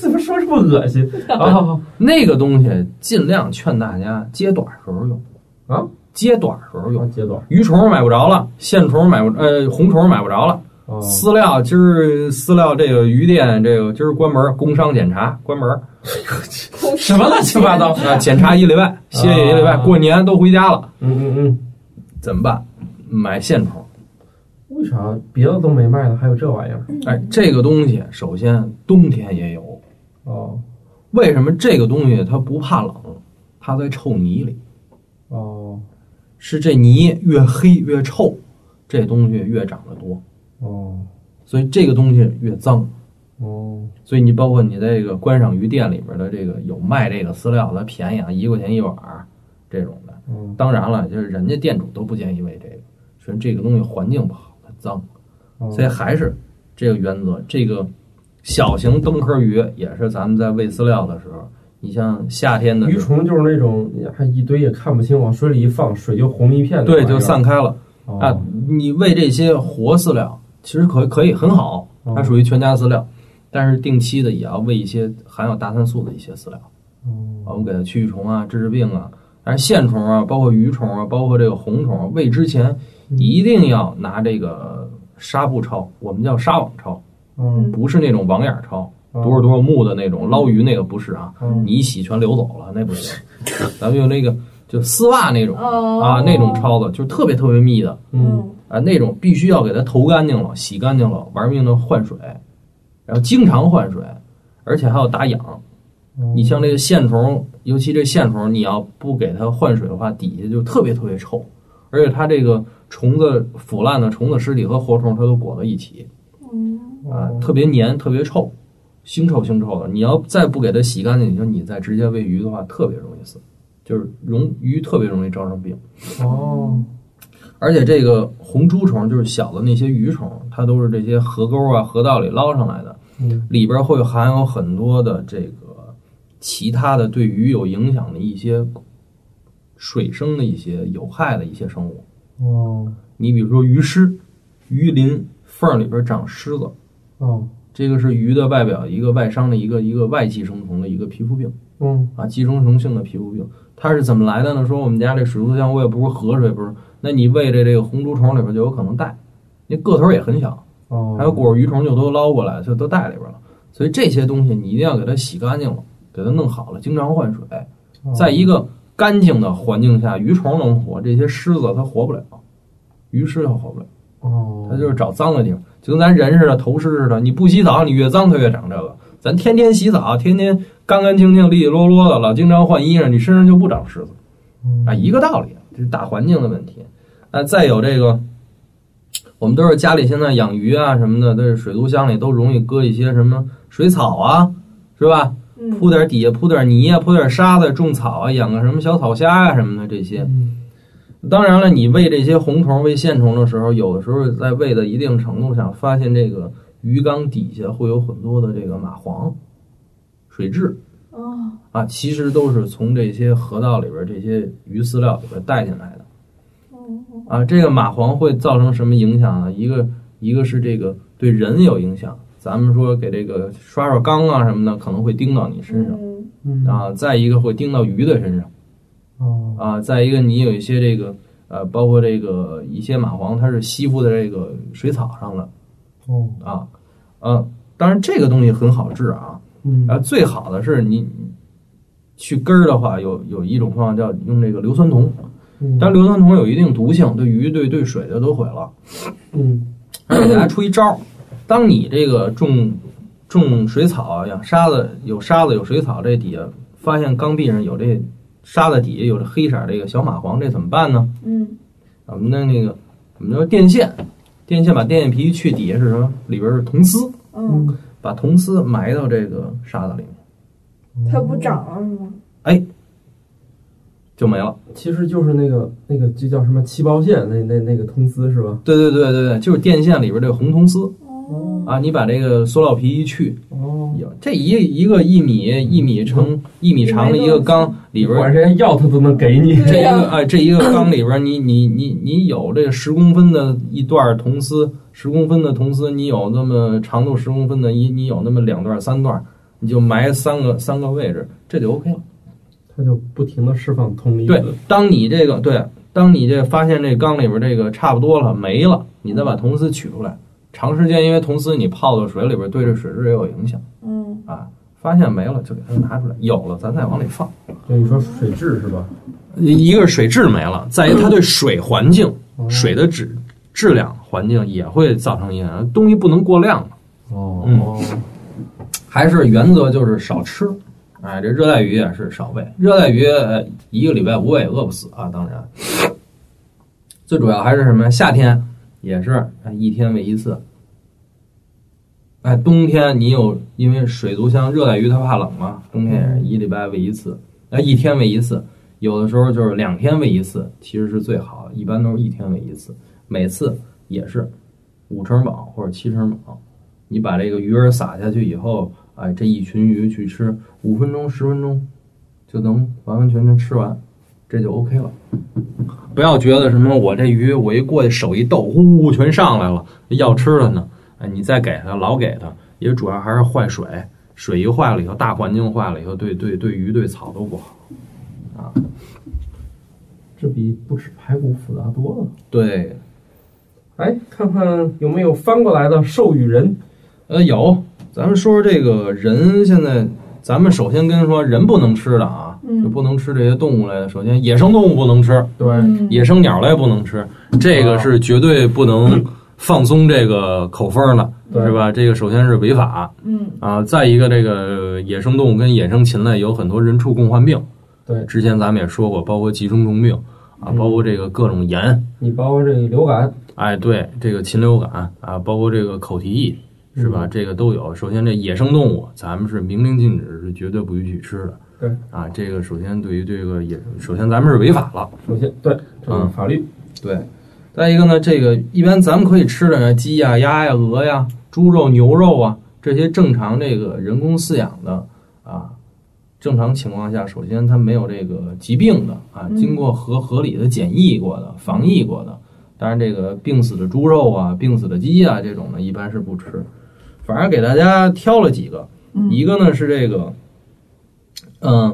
不恶心啊？ 那个东西尽量劝大家接短时候用啊， 接短时候用， 接短。 鱼虫买不着了，线虫买不呃红虫买不着了。 哦、 饲料今儿饲料这个鱼店这个今儿关门，工商检查关门， 什么乱七八糟啊？检查一礼拜，歇业一礼拜，过年都回家了。 嗯嗯嗯， 怎么办？买线虫。 为啥别的都没卖的，还有这玩意儿？ 哎，这个东西首先冬天也有哦。 为什么这个东西它不怕冷？它在臭泥里。 哦， 是这泥越黑越臭，这东西越长得多。 哦， 所以这个东西越脏。 哦， 所以你包括你在这个观赏鱼店里边的这个有卖这个饲料，它便宜啊，一块钱一碗这种的。 嗯， 当然了，就是人家店主都不建议喂这个，所以这个东西环境不好，它脏。 哦、 所以还是这个原则，这个小型灯壳鱼也是咱们在喂饲料的时候，你像夏天的鱼虫就是那种还一堆也看不清，往水里一放，水就红一片， 对，就散开了。 哦、 啊，你喂这些活饲料其实可以可以很好，它属于全家饲料，但是定期的也要喂一些含有大碳素的一些饲料。 哦， 我们给它驱驱虫啊，治治病啊。但是线虫啊，包括鱼虫啊，包括这个红虫啊，喂之前一定要拿这个纱布抄，我们叫纱网抄， 嗯， 不是那种网眼抄，多少多少目的那种捞鱼那个不是啊，你一洗全流走了那不行，咱们用那个就丝袜那种啊，那种抄的就特别特别密的， 嗯啊，那种必须要给它投干净了，洗干净了，玩命的换水，然后经常换水，而且还要打氧。你像这个线虫，尤其这线虫，你要不给它换水的话，底下就特别特别臭，而且它这个虫子腐烂的虫子尸体和活虫它都裹在一起，啊，特别黏，特别臭，腥臭腥臭的。你要再不给它洗干净，你说你再直接喂鱼的话，特别容易死，就是容鱼特别容易招上病。 哦， 而且这个红珠虫就是小的那些鱼虫，它都是这些河沟啊、河道里捞上来的， 嗯， 里边会含有很多的这个其他的对鱼有影响的一些水生的一些有害的一些生物。 哦， 你比如说鱼虱、鱼鳞缝里边长虱子， 哦， 这个是鱼的外表一个外伤的一个一个外寄生虫的一个皮肤病。 嗯啊，寄生虫性的皮肤病，它是怎么来的呢？说我们家这水族箱我也不是河水，不是，那你喂的这个红珠虫里边就有可能带，那个头也很小， 哦， 还有果鱼虫就都捞过来，就都带里边了。所以这些东西你一定要给它洗干净了，给它弄好了，经常换水，在一个干净的环境下，鱼虫能活，这些虱子它活不了，鱼虱它活不了。 哦， 它就是找脏的地方，就跟咱人似的，头虱似的，你不洗澡，你越脏它越长这个。咱天天洗澡，天天干干净净、利利落落的了，经常换衣裳，你身上就不长虱子啊，一个道理，这是大环境的问题。啊，再有这个，我们都是家里现在养鱼啊什么的，这水族箱里都容易搁一些什么水草啊，是吧？铺点底下铺点泥啊，铺点沙子，种草啊，养个什么小草虾啊什么的这些。当然了，你喂这些红虫、喂线虫的时候，有的时候在喂的一定程度上，发现这个鱼缸底下会有很多的这个蚂蟥、水蛭， 哦， 啊，其实都是从这些河道里边这些鱼饲料里边带进来的。啊，这个蚂蟥会造成什么影响呢？一个一个是这个对人有影响，咱们说给这个刷刷缸啊什么的，可能会叮到你身上， 嗯啊，再一个会叮到鱼的身上。 哦， 啊，再一个你有一些这个呃，包括这个一些蚂蟥，它是吸附在这个水草上的。 哦， 啊，呃，当然这个东西很好治啊， 嗯， 啊，最好的是你去根儿的话，有有一种方法叫用这个硫酸铜，但硫酸铜有一定毒性，对鱼对对水的都毁了。 嗯， 而且给大家出一招，当你这个种种水草养沙子，有沙子有水草，这底下发现缸壁上有这沙子底下有这黑色这个小蚂蟥，这怎么办呢？ 嗯， 我们的那个我们叫电线，电线把电线皮一去，底下是什么？里边是铜丝， 嗯， 把铜丝埋到这个沙子里面， 它不长了是吗？ 哎，就没了。 其实就是那个那个就叫什么气包线，那那那个铜丝是吧？ 对对对对对，就是电线里边这个红铜丝。 哦， 啊，你把这个塑料皮一去， 哦， 这一一个一米一米乘一米长的一个缸里边， 管人家要他都能给你。 这一个哎，这一个缸里边，你你你你有这十公分的一段铜丝，十公分的铜丝，你有那么长度十公分的，一你有那么两段三段， 你就埋三个三个位置，这就 OK 了。 它就不停的释放通离子。 对，当你这个对，当你这发现这缸里边这个差不多了没了，你再把铜丝取出来。长时间因为铜丝你泡到水里边，对这水质也有影响。 嗯啊，发现没了就给它拿出来，有了咱再往里放。 对，你说水质是吧？ 一个是水质没了，再一个它对水环境、嗯、水的质质量环境也会造成影响，东西不能过量了。 哦， 嗯，还是原则就是少吃。哎，这热带鱼也是少喂，热带鱼呃一个礼拜不喂饿不死啊。当然，最主要还是什么？夏天也是一天喂一次。哎，冬天你有因为水族箱热带鱼它怕冷嘛，冬天也是一礼拜喂一次，哎，一天喂一次，有的时候就是两天喂一次，其实是最好的，一般都是一天喂一次，每次也是五成饱或者七成饱。你把这个鱼饵撒下去以后，哎，这一群鱼去吃，五分钟十分钟就能完完全全吃完，这就 OK 了。不要觉得什么我这鱼我一过去手一抖，呼全上来了，要吃了呢。哎，你再给它，老给它，也主要还是坏水，水一坏了以后，大环境坏了以后，对对对鱼对草都不好啊。 这比不吃排骨复杂多了。 对， 哎，看看有没有翻过来的授予人。 呃，有，咱们说说这个人。现在咱们首先跟说人不能吃的啊， 嗯、 就不能吃这些动物类的。首先，野生动物不能吃， 对， 嗯、 野生鸟类不能吃，这个是绝对不能放松这个口风的， 嗯、 是吧？这个首先是违法， 嗯啊，再一个，这个野生动物跟野生禽类有很多人畜共患病。 对， 之前咱们也说过，包括寄生虫病啊，包括这个各种炎， 你包括这个流感， 哎，对，这个禽流感啊，包括这个口蹄疫。是吧？这个都有。首先，这野生动物咱们是明令禁止，是绝对不允许吃的。 对啊，这个首先对于这个野，首先咱们是违法了。 首先，对，这是法律。 嗯、对。再一个呢，这个一般咱们可以吃的呢，鸡呀、鸭呀、鹅呀、猪肉、牛肉啊，这些正常这个人工饲养的啊，正常情况下，首先它没有这个疾病的啊，经过合合理的检疫过的、防疫过的。当然，这个病死的猪肉啊、病死的鸡啊，这种呢，一般是不吃。反而给大家挑了几个， 嗯、 一个呢是这个，嗯，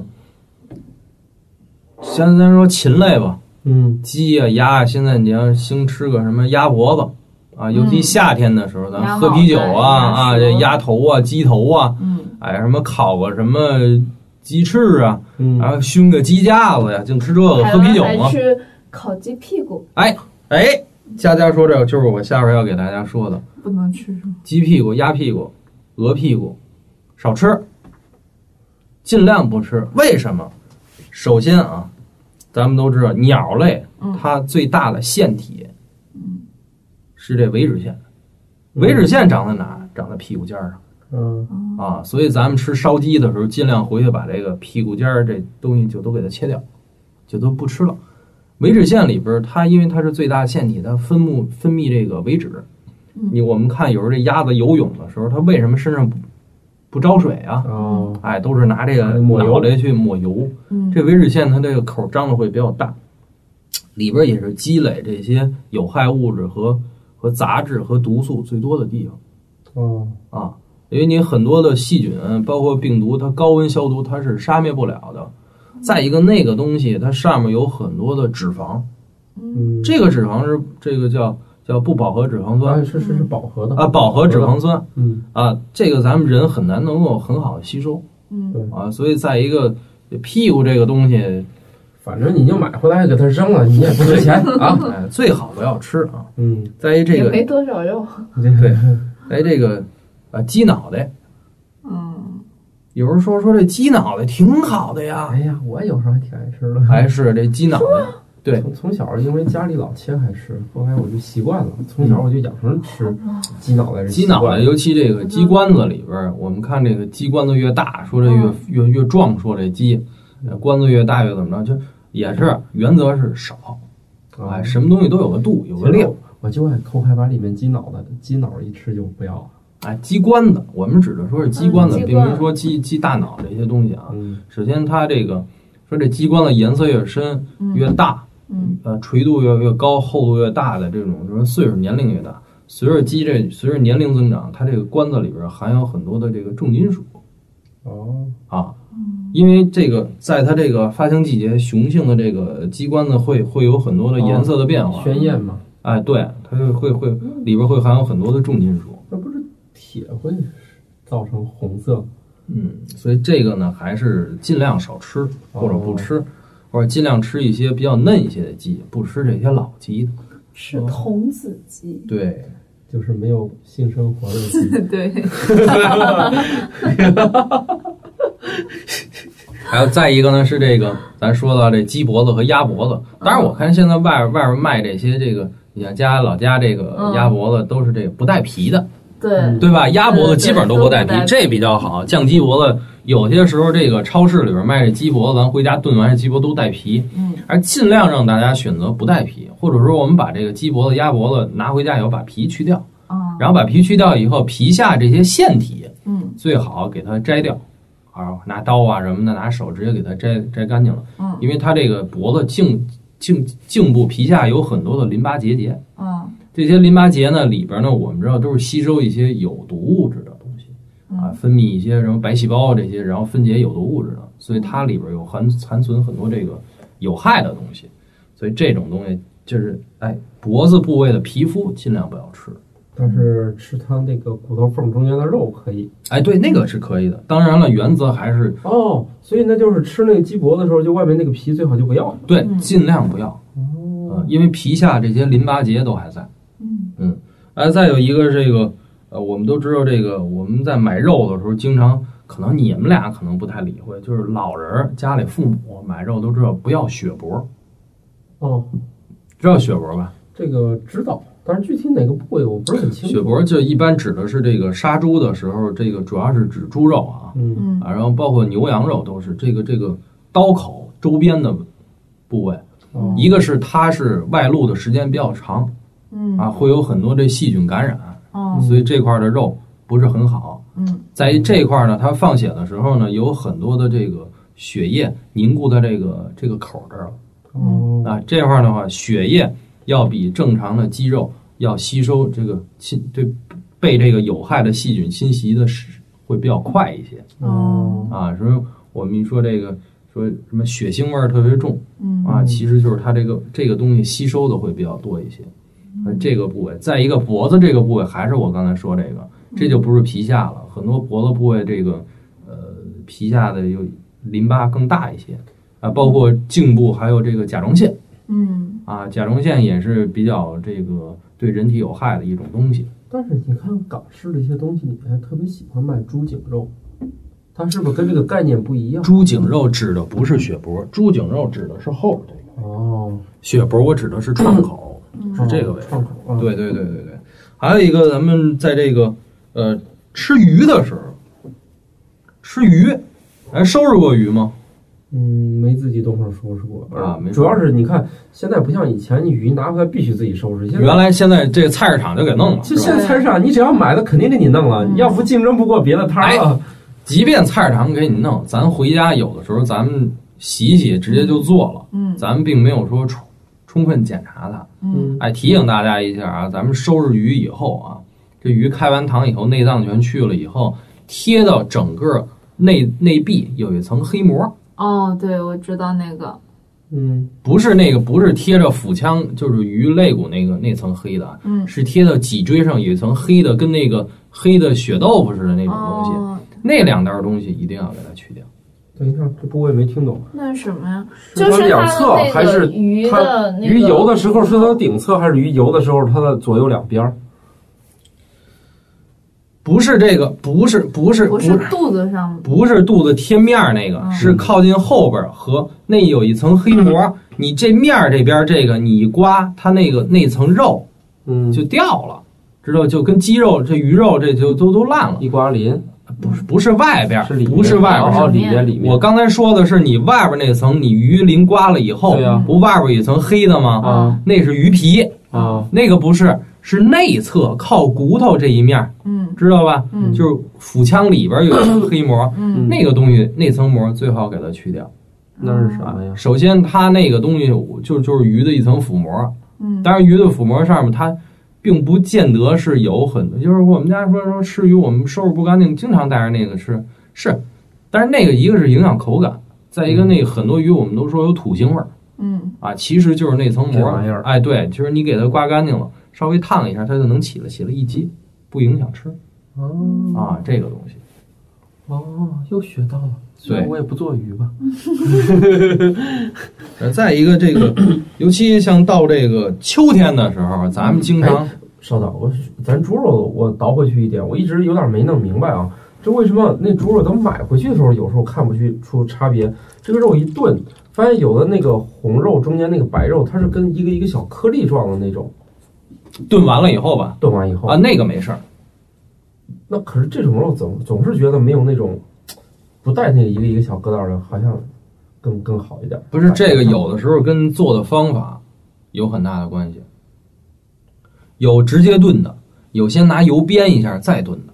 先咱说禽类吧， 嗯， 鸡啊、鸭啊，现在你要兴吃个什么鸭脖子啊，尤其夏天的时候， 嗯、 咱喝啤酒啊啊，这鸭头啊、鸡头啊， 嗯， 哎，什么烤个什么鸡翅啊， 嗯， 然后熏个鸡架子呀，净吃这个，喝啤酒吗？ 吃烤鸡屁股。 哎哎。佳佳说这个就是我下边要给大家说的， 不能吃什么鸡屁股、鸭屁股、鹅屁股，少吃，尽量不吃。为什么？首先啊，咱们都知道鸟类它最大的腺体是这尾脂腺，尾脂腺长在哪？长在屁股尖上。 嗯啊，所以咱们吃烧鸡的时候，尽量回去把这个屁股尖这东西就都给它切掉，就都不吃了。尾脂腺里边，它因为它是最大的腺体，它分泌分泌这个尾脂。你我们看有时候这鸭子游泳的时候，它为什么身上不不招水啊？ 哦， 哎，都是拿这个脑袋去抹油。 嗯， 这尾脂腺它这个口张的会比较大，里边也是积累这些有害物质和和杂质和毒素最多的地方。哦， 啊，因为你很多的细菌，包括病毒，它高温消毒它是杀灭不了的。再一个，那个东西它上面有很多的脂肪， 嗯， 这个脂肪是这个叫叫不饱和脂肪酸， 啊、是是是饱和的啊，饱和脂肪酸， 嗯啊，这个咱们人很难能够很好的吸收， 嗯啊，所以再一个屁股这个东西， 反正你就买回来给它扔了，你也不值钱啊， 哎，最好不要吃啊， 嗯， 再一这个也没多少肉， 对，哎这个啊鸡脑袋， 嗯。 有人说说这鸡脑袋挺好的呀， 哎呀，我有时候还挺爱吃的。 还是这鸡脑袋，对， 从从小因为家里老切开吃，后来我就习惯了。从小我就养成吃鸡脑袋。 鸡脑袋，尤其这个鸡冠子里边，我们看这个鸡冠子越大，说这越越越壮，说这鸡冠子越大越怎么着，就也是原则是少，哎，什么东西都有个度，有个量。 我就爱抠开把里面鸡脑袋，鸡脑一吃就不要。 哎，鸡冠子，我们指的说是鸡冠子，嗯、并不是说鸡鸡大脑这些东西啊。 嗯、 首先，它这个说这鸡冠子颜色越深、 嗯、 越大， 嗯， 呃，垂度越越高、厚度越大的这种，就是岁数年龄越大。随着鸡这随着年龄增长，它这个冠子里边含有很多的这个重金属， 哦啊，因为这个在它这个发情季节，雄性的这个鸡冠呢会会有很多的颜色的变化， 宣焰嘛。 哎，对，它就会会里边会含有很多的重金属。 那不是铁会造成红色？ 嗯，所以这个呢，还是尽量少吃，或者不吃，哦、或者尽量吃一些比较嫩一些的鸡，不吃这些老鸡的。 是童子鸡。 对， 就是没有性生活的鸡。 对。 还有再一个呢，是这个咱说到这鸡脖子和鸭脖子。当然，我看现在外外边卖这些这个，你像家老家这个鸭脖子都是这个不带皮的。 对对吧？鸭脖子基本上都不带皮，这比较好。酱鸡脖子有些时候这个超市里边卖这鸡脖子，咱回家炖完这鸡脖都带皮， 嗯， 而尽量让大家选择不带皮，或者说我们把这个鸡脖子、鸭脖子拿回家以后把皮去掉， 啊、嗯， 然后把皮去掉以后，皮下这些腺体， 嗯， 最好给它摘掉，啊，拿刀啊什么的，拿手直接给它摘摘干净了， 嗯， 因为它这个脖子颈颈颈部皮下有很多的淋巴结节， 嗯。 这些淋巴结呢，里边呢，我们知道都是吸收一些有毒物质的东西，啊，分泌一些什么白细胞这些，然后分解有毒物质的，所以它里边有含含存很多这个有害的东西，所以这种东西就是，哎，脖子部位的皮肤尽量不要吃， 但是吃它那个骨头缝中间的肉可以。 哎，对，那个是可以的。当然了，原则还是哦，所以那就是吃那个鸡脖的时候，就外面那个皮最好就不要。 对，尽量不要， 哦， 呃，因为皮下这些淋巴结都还在。 嗯嗯，哎，再有一个这个，呃，我们都知道这个，我们在买肉的时候，经常可能你们俩可能不太理会，就是老人家里父母买肉都知道不要血脖。 哦， 知道血脖吧？ 这个知道，但是具体哪个部位我不是很清楚。 血脖就一般指的是这个杀猪的时候，这个主要是指猪肉啊， 嗯啊，然后包括牛羊肉都是这个这个刀口周边的部位， 哦、 一个是它是外露的时间比较长。 嗯啊，会有很多这细菌感染， 哦， 所以这块的肉不是很好。 嗯， 在这块呢，它放血的时候呢，有很多的这个血液凝固在这个这个口这儿了。 哦， 啊，这块的话，血液要比正常的肌肉要吸收这个侵对被这个有害的细菌侵袭的是会比较快一些。 哦， 啊，所以我们一说这个说什么血腥味儿特别重， 嗯啊，其实就是它这个这个东西吸收的会比较多一些。这个部位，再一个脖子这个部位，还是我刚才说这个，这就不是皮下了。很多脖子部位这个，呃，皮下的有淋巴更大一些啊，包括颈部还有这个甲状腺， 嗯， 啊，甲状腺也是比较这个对人体有害的一种东西。 但是你看港式的一些东西里面特别喜欢卖猪颈肉，它是不是跟这个概念不一样？ 猪颈肉指的不是血脖，猪颈肉指的是后边这个。 哦， 血脖我指的是创口。是这个位置， 哦、 对对对对对。还有一个，咱们在这个呃吃鱼的时候，吃鱼，哎，收拾过鱼吗？ 嗯，没自己动手收拾过啊。没， 主要是你看，现在不像以前，你鱼拿回来必须自己收拾。现在原来现在这个菜市场就给弄了。 就现在菜市场，你只要买的肯定给你弄了， 嗯、 要不竞争不过别的摊了、 哎。即便菜市场给你弄，咱回家有的时候咱们洗一洗，直接就做了。 嗯， 咱们并没有说充充分检查它。 嗯， 哎，提醒大家一下啊，咱们收拾鱼以后啊，这鱼开完膛以后，内脏全去了以后，贴到整个内内壁有一层黑膜。 哦，对，我知道那个。 嗯， 不是那个，不是贴着腹腔，就是鱼肋骨那个那层黑的， 嗯， 是贴到脊椎上有一层黑的，跟那个黑的血豆腐似的那种东西。 哦、 那两袋东西一定要给它去掉。 等一下，这部位没听懂。 那是什么呀？ 是它两侧还是鱼的、那个、 鱼游的时候是它的顶侧，还是鱼游的时候它的左右两边？ 不是这个，不是不是不是肚子上， 不是肚子贴面那个， 嗯、 是靠近后边和那有一层黑膜。嗯、你这面这边这个你一刮，它那个那层肉， 嗯， 就掉了，知道？就跟鸡肉这鱼肉这就都都烂了。 一刮鳞。 不是不是外边， 是里面不是外边， 哦，里面里面。 我刚才说的是你外边那层，你鱼鳞刮了以后， 对呀， 不外边有一层黑的吗？ 啊， 那是鱼皮啊， 那个不是，是内侧靠骨头这一面， 嗯， 知道吧？ 嗯， 就是腹腔里边有一层黑膜， 嗯， 那个东西那层膜最好给它去掉。 那是什么呀？ 首先，它那个东西就就是鱼的一层腹膜， 嗯， 当然鱼的腹膜上面它。并不见得是有很多，就是我们家说说吃鱼，我们收拾不干净，经常带着那个吃。是但是那个一个是影响口感，再一个那个很多鱼我们都说有土腥味儿， 嗯啊，其实就是那层膜玩意儿， 哎，对，就是你给它刮干净了，稍微烫一下，它就能起了，起了一击，不影响吃。 哦啊，这个东西。 哦，又学到了。虽然我也不做鱼吧。 呃，再一个这个，尤其像到这个秋天的时候，咱们经常。 哎、稍等，我咱猪肉我倒回去一点，我一直有点没弄明白啊，这为什么那猪肉等买回去的时候，有时候看不去出差别？这个肉一炖，发现有的那个红肉中间那个白肉，它是跟一个一个小颗粒状的那种。 炖完了以后吧， 炖完以后啊，那个没事儿。 那可是这种肉总总是觉得没有那种不带那个一个一个小疙瘩的，好像更更好一点。 不是这个，有的时候跟做的方法有很大的关系。有直接炖的，有先拿油煸一下再炖的。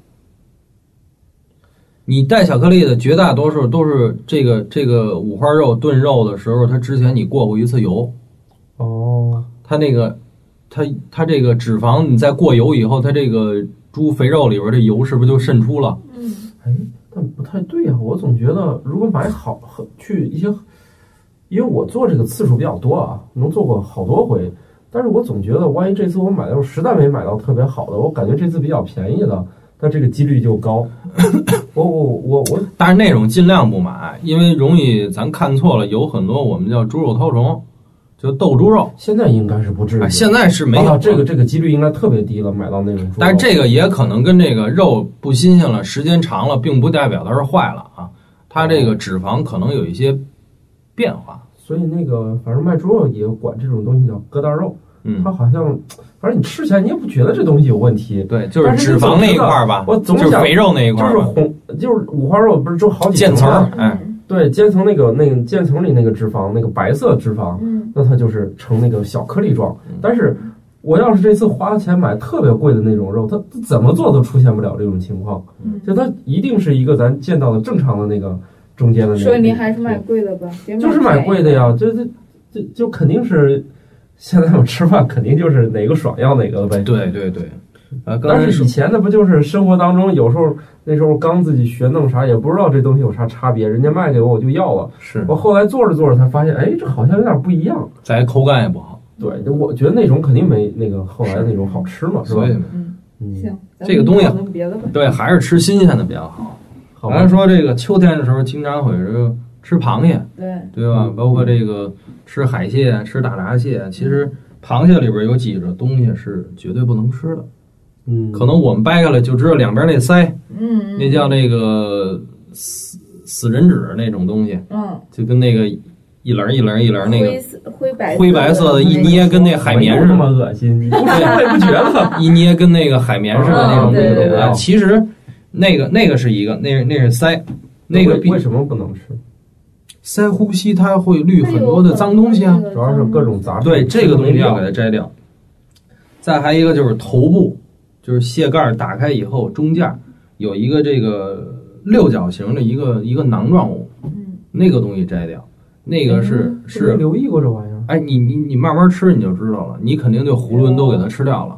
你带巧克力的，绝大多数都是这个这个五花肉炖肉的时候，它之前你过过一次油。 哦， 它那个它它这个脂肪，你再过油以后，它这个猪肥肉里边的油是不是就渗出了？ 嗯， 哎，但不太对啊！我总觉得如果买好去一些，因为我做这个次数比较多啊，能做过好多回。但是我总觉得，万一这次我买的时候实在没买到特别好的，我感觉这次比较便宜的，但这个几率就高。我我我我， 但是那种尽量不买，因为容易咱看错了，有很多我们叫猪肉绦虫，就斗猪肉。 现在应该是不至于， 哎、现在是没有、 啊、这个这个几率应该特别低了，买到那种猪肉。 但是这个也可能跟这个肉不新鲜了，时间长了，并不代表它是坏了啊，它这个脂肪可能有一些变化。 所以那个反正卖猪肉也管这种东西叫疙瘩肉， 嗯， 它好像反正你吃起来你也不觉得这东西有问题， 对，就是脂肪那一块吧， 我总想就是肥肉那一块， 就是红就是五花肉不是就好几渐层，哎， 对，渐层那个那个渐层里那个脂肪，那个白色脂肪， 嗯， 那它就是成那个小颗粒状。但是我要是这次花钱买特别贵的那种肉，它怎么做都出现不了这种情况， 嗯， 就它一定是一个咱见到的正常的那个中间的那个。 所以你还是买贵的吧， 就是买贵的呀，这这这就肯定是现在我吃饭肯定就是哪个爽要哪个呗。 对对对，啊， 但是以前的不就是生活当中有时候那时候刚自己学弄啥也不知道这东西有啥差别，人家卖给我我就要了。 是我后来做着做着才发现，哎，这好像有点不一样， 再口感也不好。 对，我觉得那种肯定没那个后来那种好吃嘛，是吧？ 嗯，行， 这个东西别的吧， 对，还是吃新鲜的比较好。咱说这个秋天的时候，经常会这吃螃蟹， 对对吧？包括这个吃海蟹、吃大闸蟹，其实螃蟹里边有几种东西是绝对不能吃的。 嗯， 可能我们掰开了就知道两边那鳃， 嗯， 那叫那个死死人指那种东西， 嗯， 就跟那个一棱一棱一棱那个灰白灰白色的，一捏跟那海绵似的， 那么恶心，你不说我也不觉得， 一捏跟那个海绵似的那种东西啊。其实那个那个是一个，那那是鳃，那个为什么不能吃？ 鳃呼吸它会滤很多的脏东西啊， 主要是各种杂质。 对，这个东西要给它摘掉。再还一个就是头部，就是蟹盖打开以后，中间有一个这个六角形的一个一个囊状物， 嗯， 那个东西摘掉。那个是、 嗯、 是留意过这玩意儿。 哎，你你你慢慢吃你就知道了，你肯定就囫囵都给它吃掉了。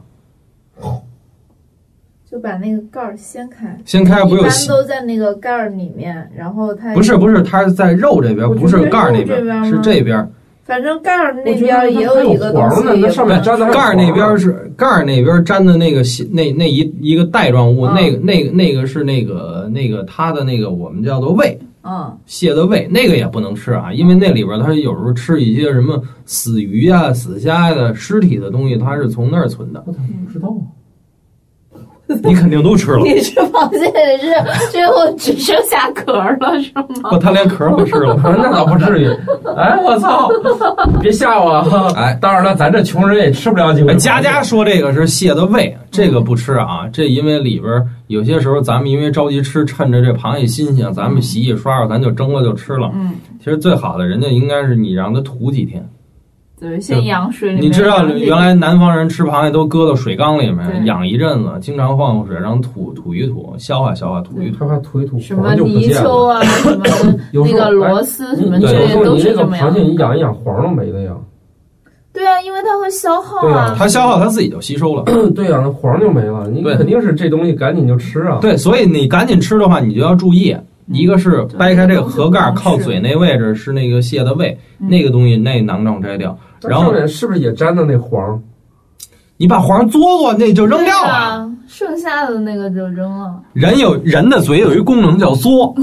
就把那个盖儿掀开， 掀开不有？ 一般都在那个盖儿里面，然后它不是不是，它是在肉这边，不是盖儿那边，是这边。 反正盖儿那边也有一个东西， 那上面粘的盖儿那边是盖儿那边粘的那个那那一一个带状物， 嗯、 那个那个那个是那个那个它的那个我们叫做胃， 嗯， 蟹的胃，那个也不能吃啊，因为那里边它有时候吃一些什么死鱼啊、死虾的尸体的东西，它是从那儿存的。 我咋不知道啊？ 你肯定都吃了。 你吃螃蟹是最后只剩下壳了是吗？ 不，他连壳都吃了。 那倒不至于。哎，我操！别吓我！ 哎， 当然了，咱这穷人也吃不了几个。 佳佳说这个是蟹的胃，这个不吃啊。这因为里边有些时候咱们因为着急吃，趁着这螃蟹新鲜，咱们洗洗刷刷，咱就蒸了就吃了。 嗯， 其实最好的人家应该是你让它吐几天。 对，先养水里面。 你知道原来南方人吃螃蟹都搁到水缸里面养一阵子，经常换换水，让吐吐一吐，消化消化，吐一吐。 它吐一吐， 什么泥鳅啊，什么那个螺丝什么之类的都是这么样。 螃蟹你养一养黄都没了呀。 对啊，因为它会消耗啊。 它消耗它自己就吸收了。 对啊，那黄就没了。你肯定是这东西赶紧就吃啊。 对，所以你赶紧吃的话，你就要注意， 一个是掰开这个盒盖，靠嘴那位置是那个蟹的胃， 嗯、 那个东西那囊状摘掉。然后是不是也沾的那黄？ 你把黄嘬嘬，那就扔掉了、 啊，剩下的那个就扔了。 人有人的嘴有一功能叫嘬，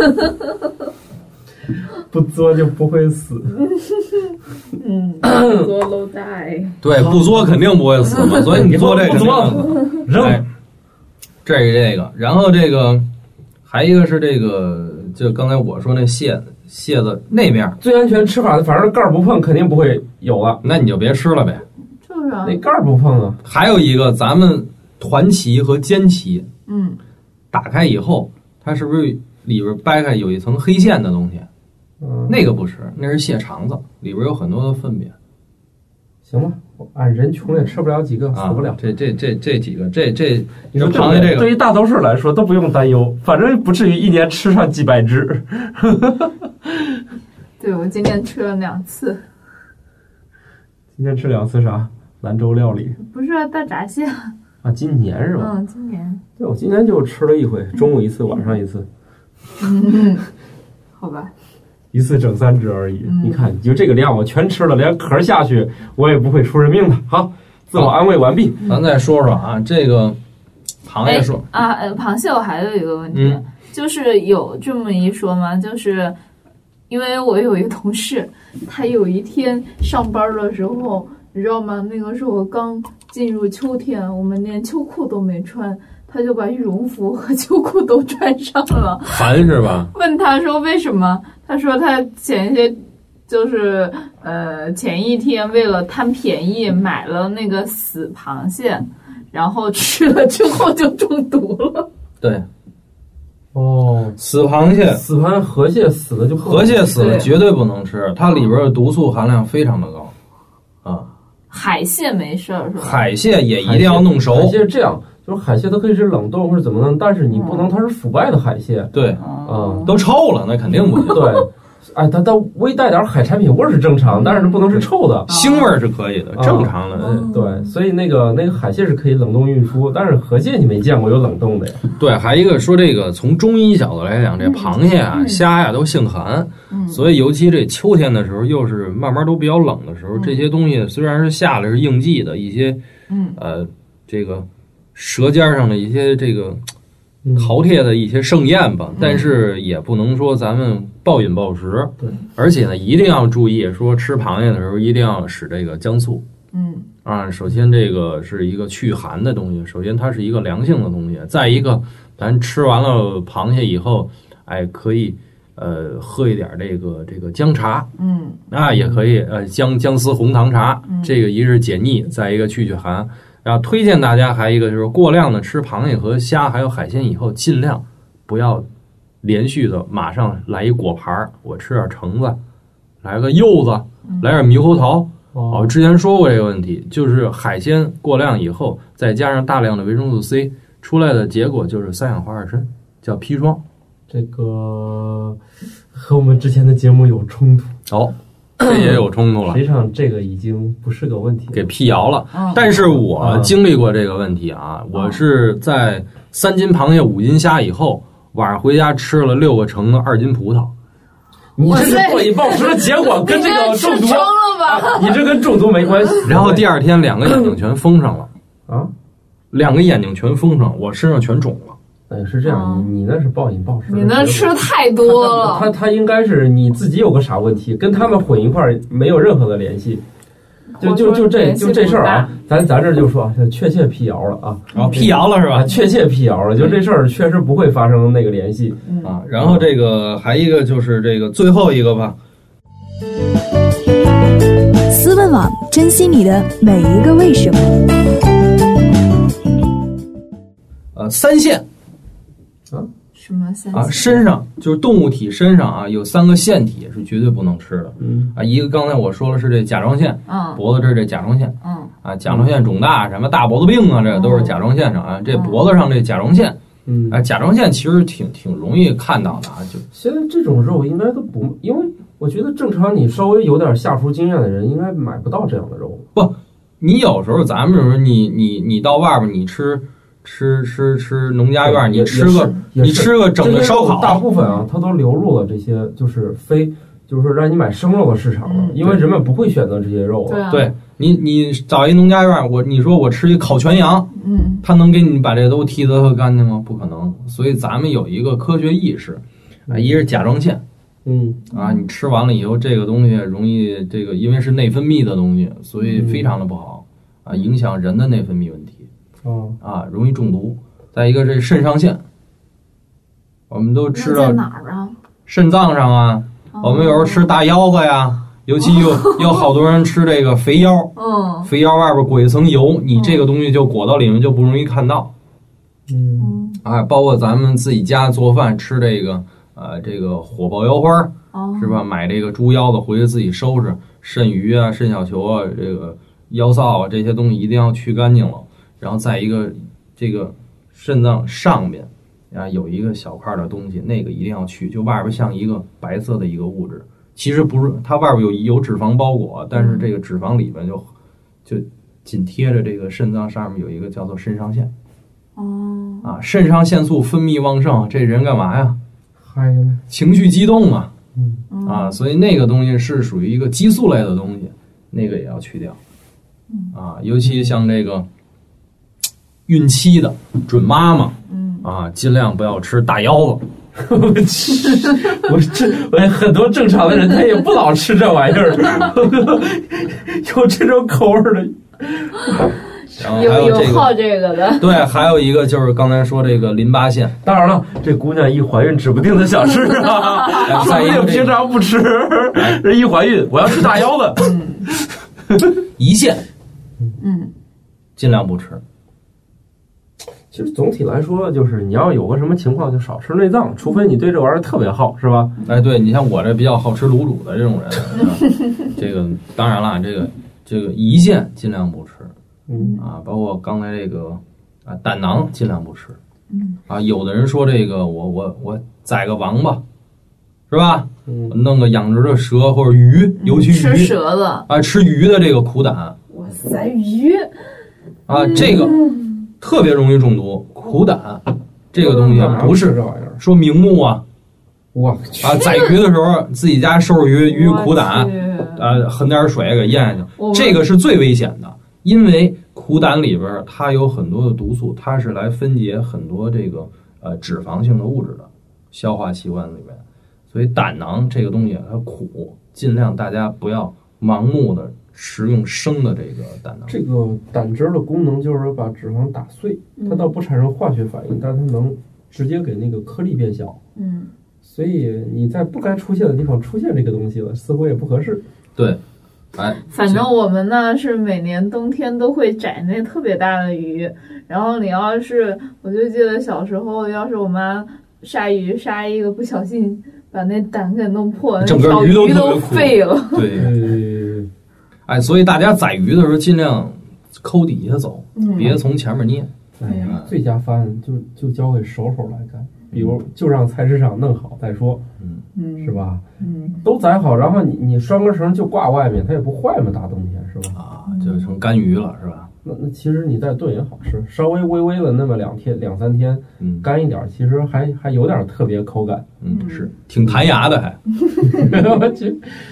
不嘬就不会死。 嗯，嘬都带。 对，不嘬肯定不会死嘛，所以你嘬这个扔。哎，这是这个，然后这个还一个是这个，就刚才我说那蟹蟹子那边最安全吃法，反正盖儿不碰，肯定不会有了。 那你就别吃了呗。 就是啊， 那盖儿不碰啊。 还有一个，咱们团旗和尖旗， 嗯， 打开以后，它是不是里边掰开有一层黑线的东西？ 嗯， 那个不是，那是蟹肠子，里边有很多的粪便。 行吧，俺人穷也吃不了几个， 啊、 死不了。 这这这这几个，这这你说螃蟹这个， 对于大多数来说都不用担忧，反正不至于一年吃上几百只。 对，我今年吃了两次。 今天吃两次啥？兰州料理？ 不是啊，大闸蟹。 啊，今年是吧？ 嗯，今年。 对，我今年就吃了一回，中午一次，晚上一次。 嗯，好吧。 一次整三只而已，嗯、你看，就这个量，我全吃了，连壳下去我也不会出人命的。好，自我安慰完毕。 咱再说说啊，这个螃蟹说啊，呃，螃蟹我还有一个问题， 嗯、 就是有这么一说吗？就是因为我有一个同事，他有一天上班的时候，你知道吗？那个时候刚进入秋天，我们连秋裤都没穿。他就把羽绒服和秋裤都穿上了， 烦是吧？ 问他说为什么？他说他前些就是呃前一天为了贪便宜买了那个死螃蟹，然后吃了之后就中毒了。 对， 哦， 死螃蟹、 死螃河蟹死了就河蟹死了绝对不能吃，它里边的毒素含量非常的高啊。 海蟹没事儿是吧？ 海蟹也一定要弄熟。 海蟹是这样。就是海蟹它可以是冷冻或者怎么弄，但是你不能它是腐败的海蟹。 对， 啊、 嗯，都臭了，那肯定不行。 对，哎，它它微带点海产品味儿是正常，但是不能是臭的。 腥味儿是可以的，正常的。 嗯，对，所以那个那个海蟹是可以冷冻运输，但是河蟹你没见过有冷冻的呀。 对，还一个说这个从中医角度来讲，这螃蟹啊、虾呀都性寒，所以尤其这秋天的时候，又是慢慢都比较冷的时候，这些东西虽然是下来是应季的一些， 嗯， 呃，这个。舌尖上的一些这个饕餮的一些盛宴吧，嗯、但是也不能说咱们暴饮暴食。 对， 而且呢，一定要注意说吃螃蟹的时候一定要使这个姜醋。 嗯啊，首先这个是一个去寒的东西，首先它是一个凉性的东西。再一个，咱吃完了螃蟹以后，哎，可以呃喝一点这个这个姜茶。 嗯啊，也可以呃姜姜丝红糖茶， 嗯、 这个一个是解腻，再一个去去寒。然后推荐大家还一个就是过量的吃螃蟹和虾还有海鲜以后，尽量不要连续的马上来一果盘，我吃点橙子，来个柚子，来点猕猴桃。我、哦、之前说过这个问题，就是海鲜过量以后，再加上大量的维生素 C， 出来的结果就是三氧化二砷，叫砒霜。 这个和我们之前的节目有冲突。 哦。这也有冲突了， 实际上这个已经不是个问题了， 给辟谣了。 嗯、 但是我经历过这个问题啊，嗯、我是在三斤螃蟹五斤虾以后，晚上回家吃了六个橙子二斤葡萄。 你这是暴饮暴食的结果，跟这个中毒了吧、 啊？你这跟中毒没关系。 然后第二天两个眼睛全封上了啊， 两个眼睛全封上，我身上全肿了。 嗯，是这样，你你那是暴饮暴食， 你那吃太多了。 他他应该是你自己有个啥问题，跟他们混一块儿没有任何的联系。就就就这就这事儿啊，咱咱这就说确切辟谣了啊， 然后辟谣了是吧？ 确切辟谣了，就这事儿确实不会发生那个联系啊。然后这个还一个就是这个最后一个吧。 思问网，珍惜你的每一个为什么。 呃，三线。 啊， 什么三啊？身上就是动物体身上啊，有三个腺体是绝对不能吃的。 嗯啊，一个刚才我说了是这甲状腺， 嗯， 脖子这是这甲状腺， 嗯啊，甲状腺肿大什么大脖子病啊，这都是甲状腺上啊。这脖子上这甲状腺， 嗯， 啊，甲状腺其实挺挺容易看到的啊。就现在这种肉应该都不，因为我觉得正常你稍微有点下厨经验的人应该买不到这样的肉。 不，你有时候咱们说你你你到外边你吃。 吃吃吃农家院，你吃个你吃个整个烧烤， 大部分啊，它都流入了这些就是非就是说让你买生肉的市场了，嗯、因为人们不会选择这些肉啊。 对啊， 对你你找一农家院，我你说我吃一烤全羊， 嗯， 他能给你把这都剔得特干净吗？不可能。所以咱们有一个科学意识啊，一是甲状腺。 嗯啊，你吃完了以后，这个东西容易这个，因为是内分泌的东西，所以非常的不好啊，影响人的内分泌问题。 哦啊，容易中毒。再一个，这肾上腺，我们都知道在哪儿啊？ 肾脏上啊，哦、我们有时候吃大腰子呀，尤其有有好多人吃这个肥腰， 嗯， 肥腰外边裹一层油，你这个东西就裹到里面就不容易看到。 嗯， 啊，包括咱们自己家做饭吃这个。呃，这个火爆腰花哦， 是吧？买这个猪腰子回去自己收拾，肾鱼啊、肾小球啊、这个腰臊啊这些东西一定要去干净了。然后再一个，这个肾脏上边啊有一个小块的东西，那个一定要去，就外边像一个白色的一个物质，其实不是，它外边有有脂肪包裹，但是这个脂肪里边就就紧贴着这个肾脏上面有一个叫做肾上腺。 哦， 啊，肾上腺素分泌旺盛，这人干嘛呀？情绪激动啊， 嗯啊，所以那个东西是属于一个激素类的东西，那个也要去掉，啊，尤其像这个孕期的准妈妈， 嗯啊，尽量不要吃大腰子。 我这我很多正常的人他也不老吃这玩意儿，有这种口味的。 有有好这个的， 对，还有一个就是刚才说这个淋巴腺。 当然了，这姑娘一怀孕指不定的想吃啊， 再一个平常不吃，这一怀孕我要吃大腰子。 胰腺， 嗯， 尽量不吃。 其实总体来说，就是你要有个什么情况，就少吃内脏，除非你对这玩意儿特别好，是吧？ 哎，对，你像我这比较好吃卤煮的这种人，这个当然了，这个这个胰腺尽量不吃。 嗯啊，包括刚才这个啊，胆囊尽量不吃。 嗯啊，有的人说这个我我我宰个王八，是吧？ 嗯， 弄个养殖的蛇或者鱼，尤其鱼吃蛇的啊，吃鱼的这个苦胆。 哇塞，鱼啊，这个特别容易中毒。苦胆这个东西不是这玩意儿， 说明目啊。 我啊，宰鱼的时候自己家收拾鱼，鱼苦胆，啊，喝点水给咽下去，这个是最危险的。因为苦胆里边它有很多的毒素，它是来分解很多这个呃脂肪性的物质的消化器官里面，所以胆囊这个东西它苦，尽量大家不要盲目的食用生的这个胆囊。 这个胆汁的功能就是把脂肪打碎，它倒不产生化学反应，但它能直接给那个颗粒变小。 嗯， 所以你在不该出现的地方出现这个东西了，似乎也不合适。 对。哎， 反正我们呢是每年冬天都会宰那特别大的鱼，然后你要是，我就记得小时候，要是我妈杀鱼杀一个不小心把那胆给弄破， 整个鱼都都废了。 对，哎，所以大家宰鱼的时候尽量抠底下走， 嗯、 别从前面捏。 哎呀，最佳方案就就交给手手来干，比如就让菜市场弄好再说， 嗯， 是吧？ 嗯， 都宰好，然后你你拴根绳就挂外面，它也不坏嘛，大冬天是吧？ 啊，就成干鱼了，是吧？ 那那其实你再炖也好吃，稍微微微的那么两天两三天， 嗯， 干一点，其实还还有点特别口感， 嗯，是挺弹牙的还。 我去。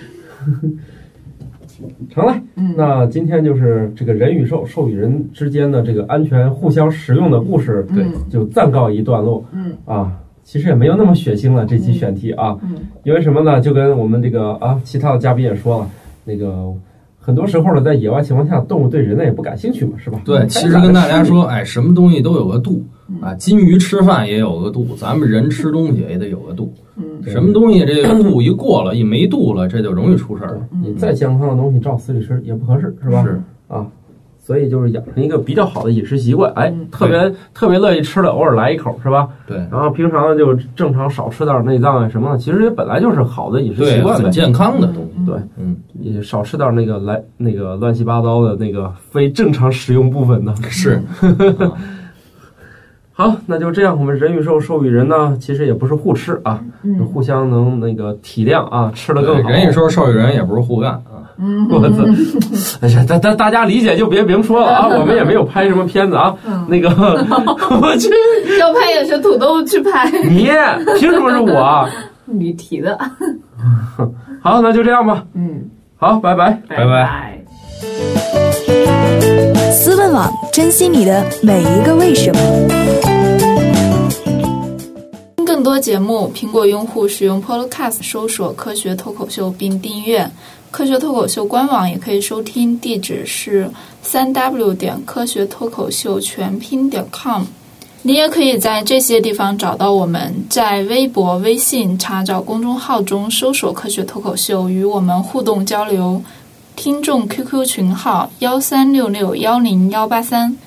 成了，那今天就是这个人与兽、兽与人之间的这个安全互相食用的故事， 对， 就暂告一段落。 嗯啊，其实也没有那么血腥了，这期选题啊， 嗯， 因为什么呢？就跟我们这个啊，其他的嘉宾也说了，那个很多时候呢，在野外情况下，动物对人类也不感兴趣嘛，是吧？ 对，其实跟大家说，哎，什么东西都有个度啊，金鱼吃饭也有个度，咱们人吃东西也得有个度。 嗯， 什么东西这个度一过了，一没度了，这就容易出事儿。 你再健康的东西照死里吃也不合适，是吧？ 是啊，所以就是养成一个比较好的饮食习惯，哎，特别特别乐意吃的，偶尔来一口，是吧？ 对。 然后平常呢，就正常少吃点内脏啊什么的，其实也本来就是好的饮食习惯， 很健康的东西。 对， 嗯， 也少吃点那个来那个乱七八糟的那个非正常食用部分的。 是。 好，那就这样，我们人与兽，兽与人呢，其实也不是互吃啊， 嗯， 互相能那个体谅啊，吃得更好。 人与兽，兽与人也不是互干啊。 嗯， 我操！哎呀，大大大家理解就别别说了啊，我们也没有拍什么片子啊。嗯、那个，我去， 要拍也是土豆去拍。 你凭什么是我？ 你提的。 好，那就这样吧。 嗯， 好，拜拜， 拜拜。 思问网，珍惜你的每一个为什么。 更多节目，苹果用户使用 Podcast 搜索科学脱口秀并订阅。科学脱口秀官网也可以收听，地址是三 w 点科学脱口秀全拼点 com。你也可以在这些地方找到我们，在微博、微信查找公众号中搜索科学脱口秀，与我们互动交流。听众 Q Q 群号幺三六六幺零幺八三。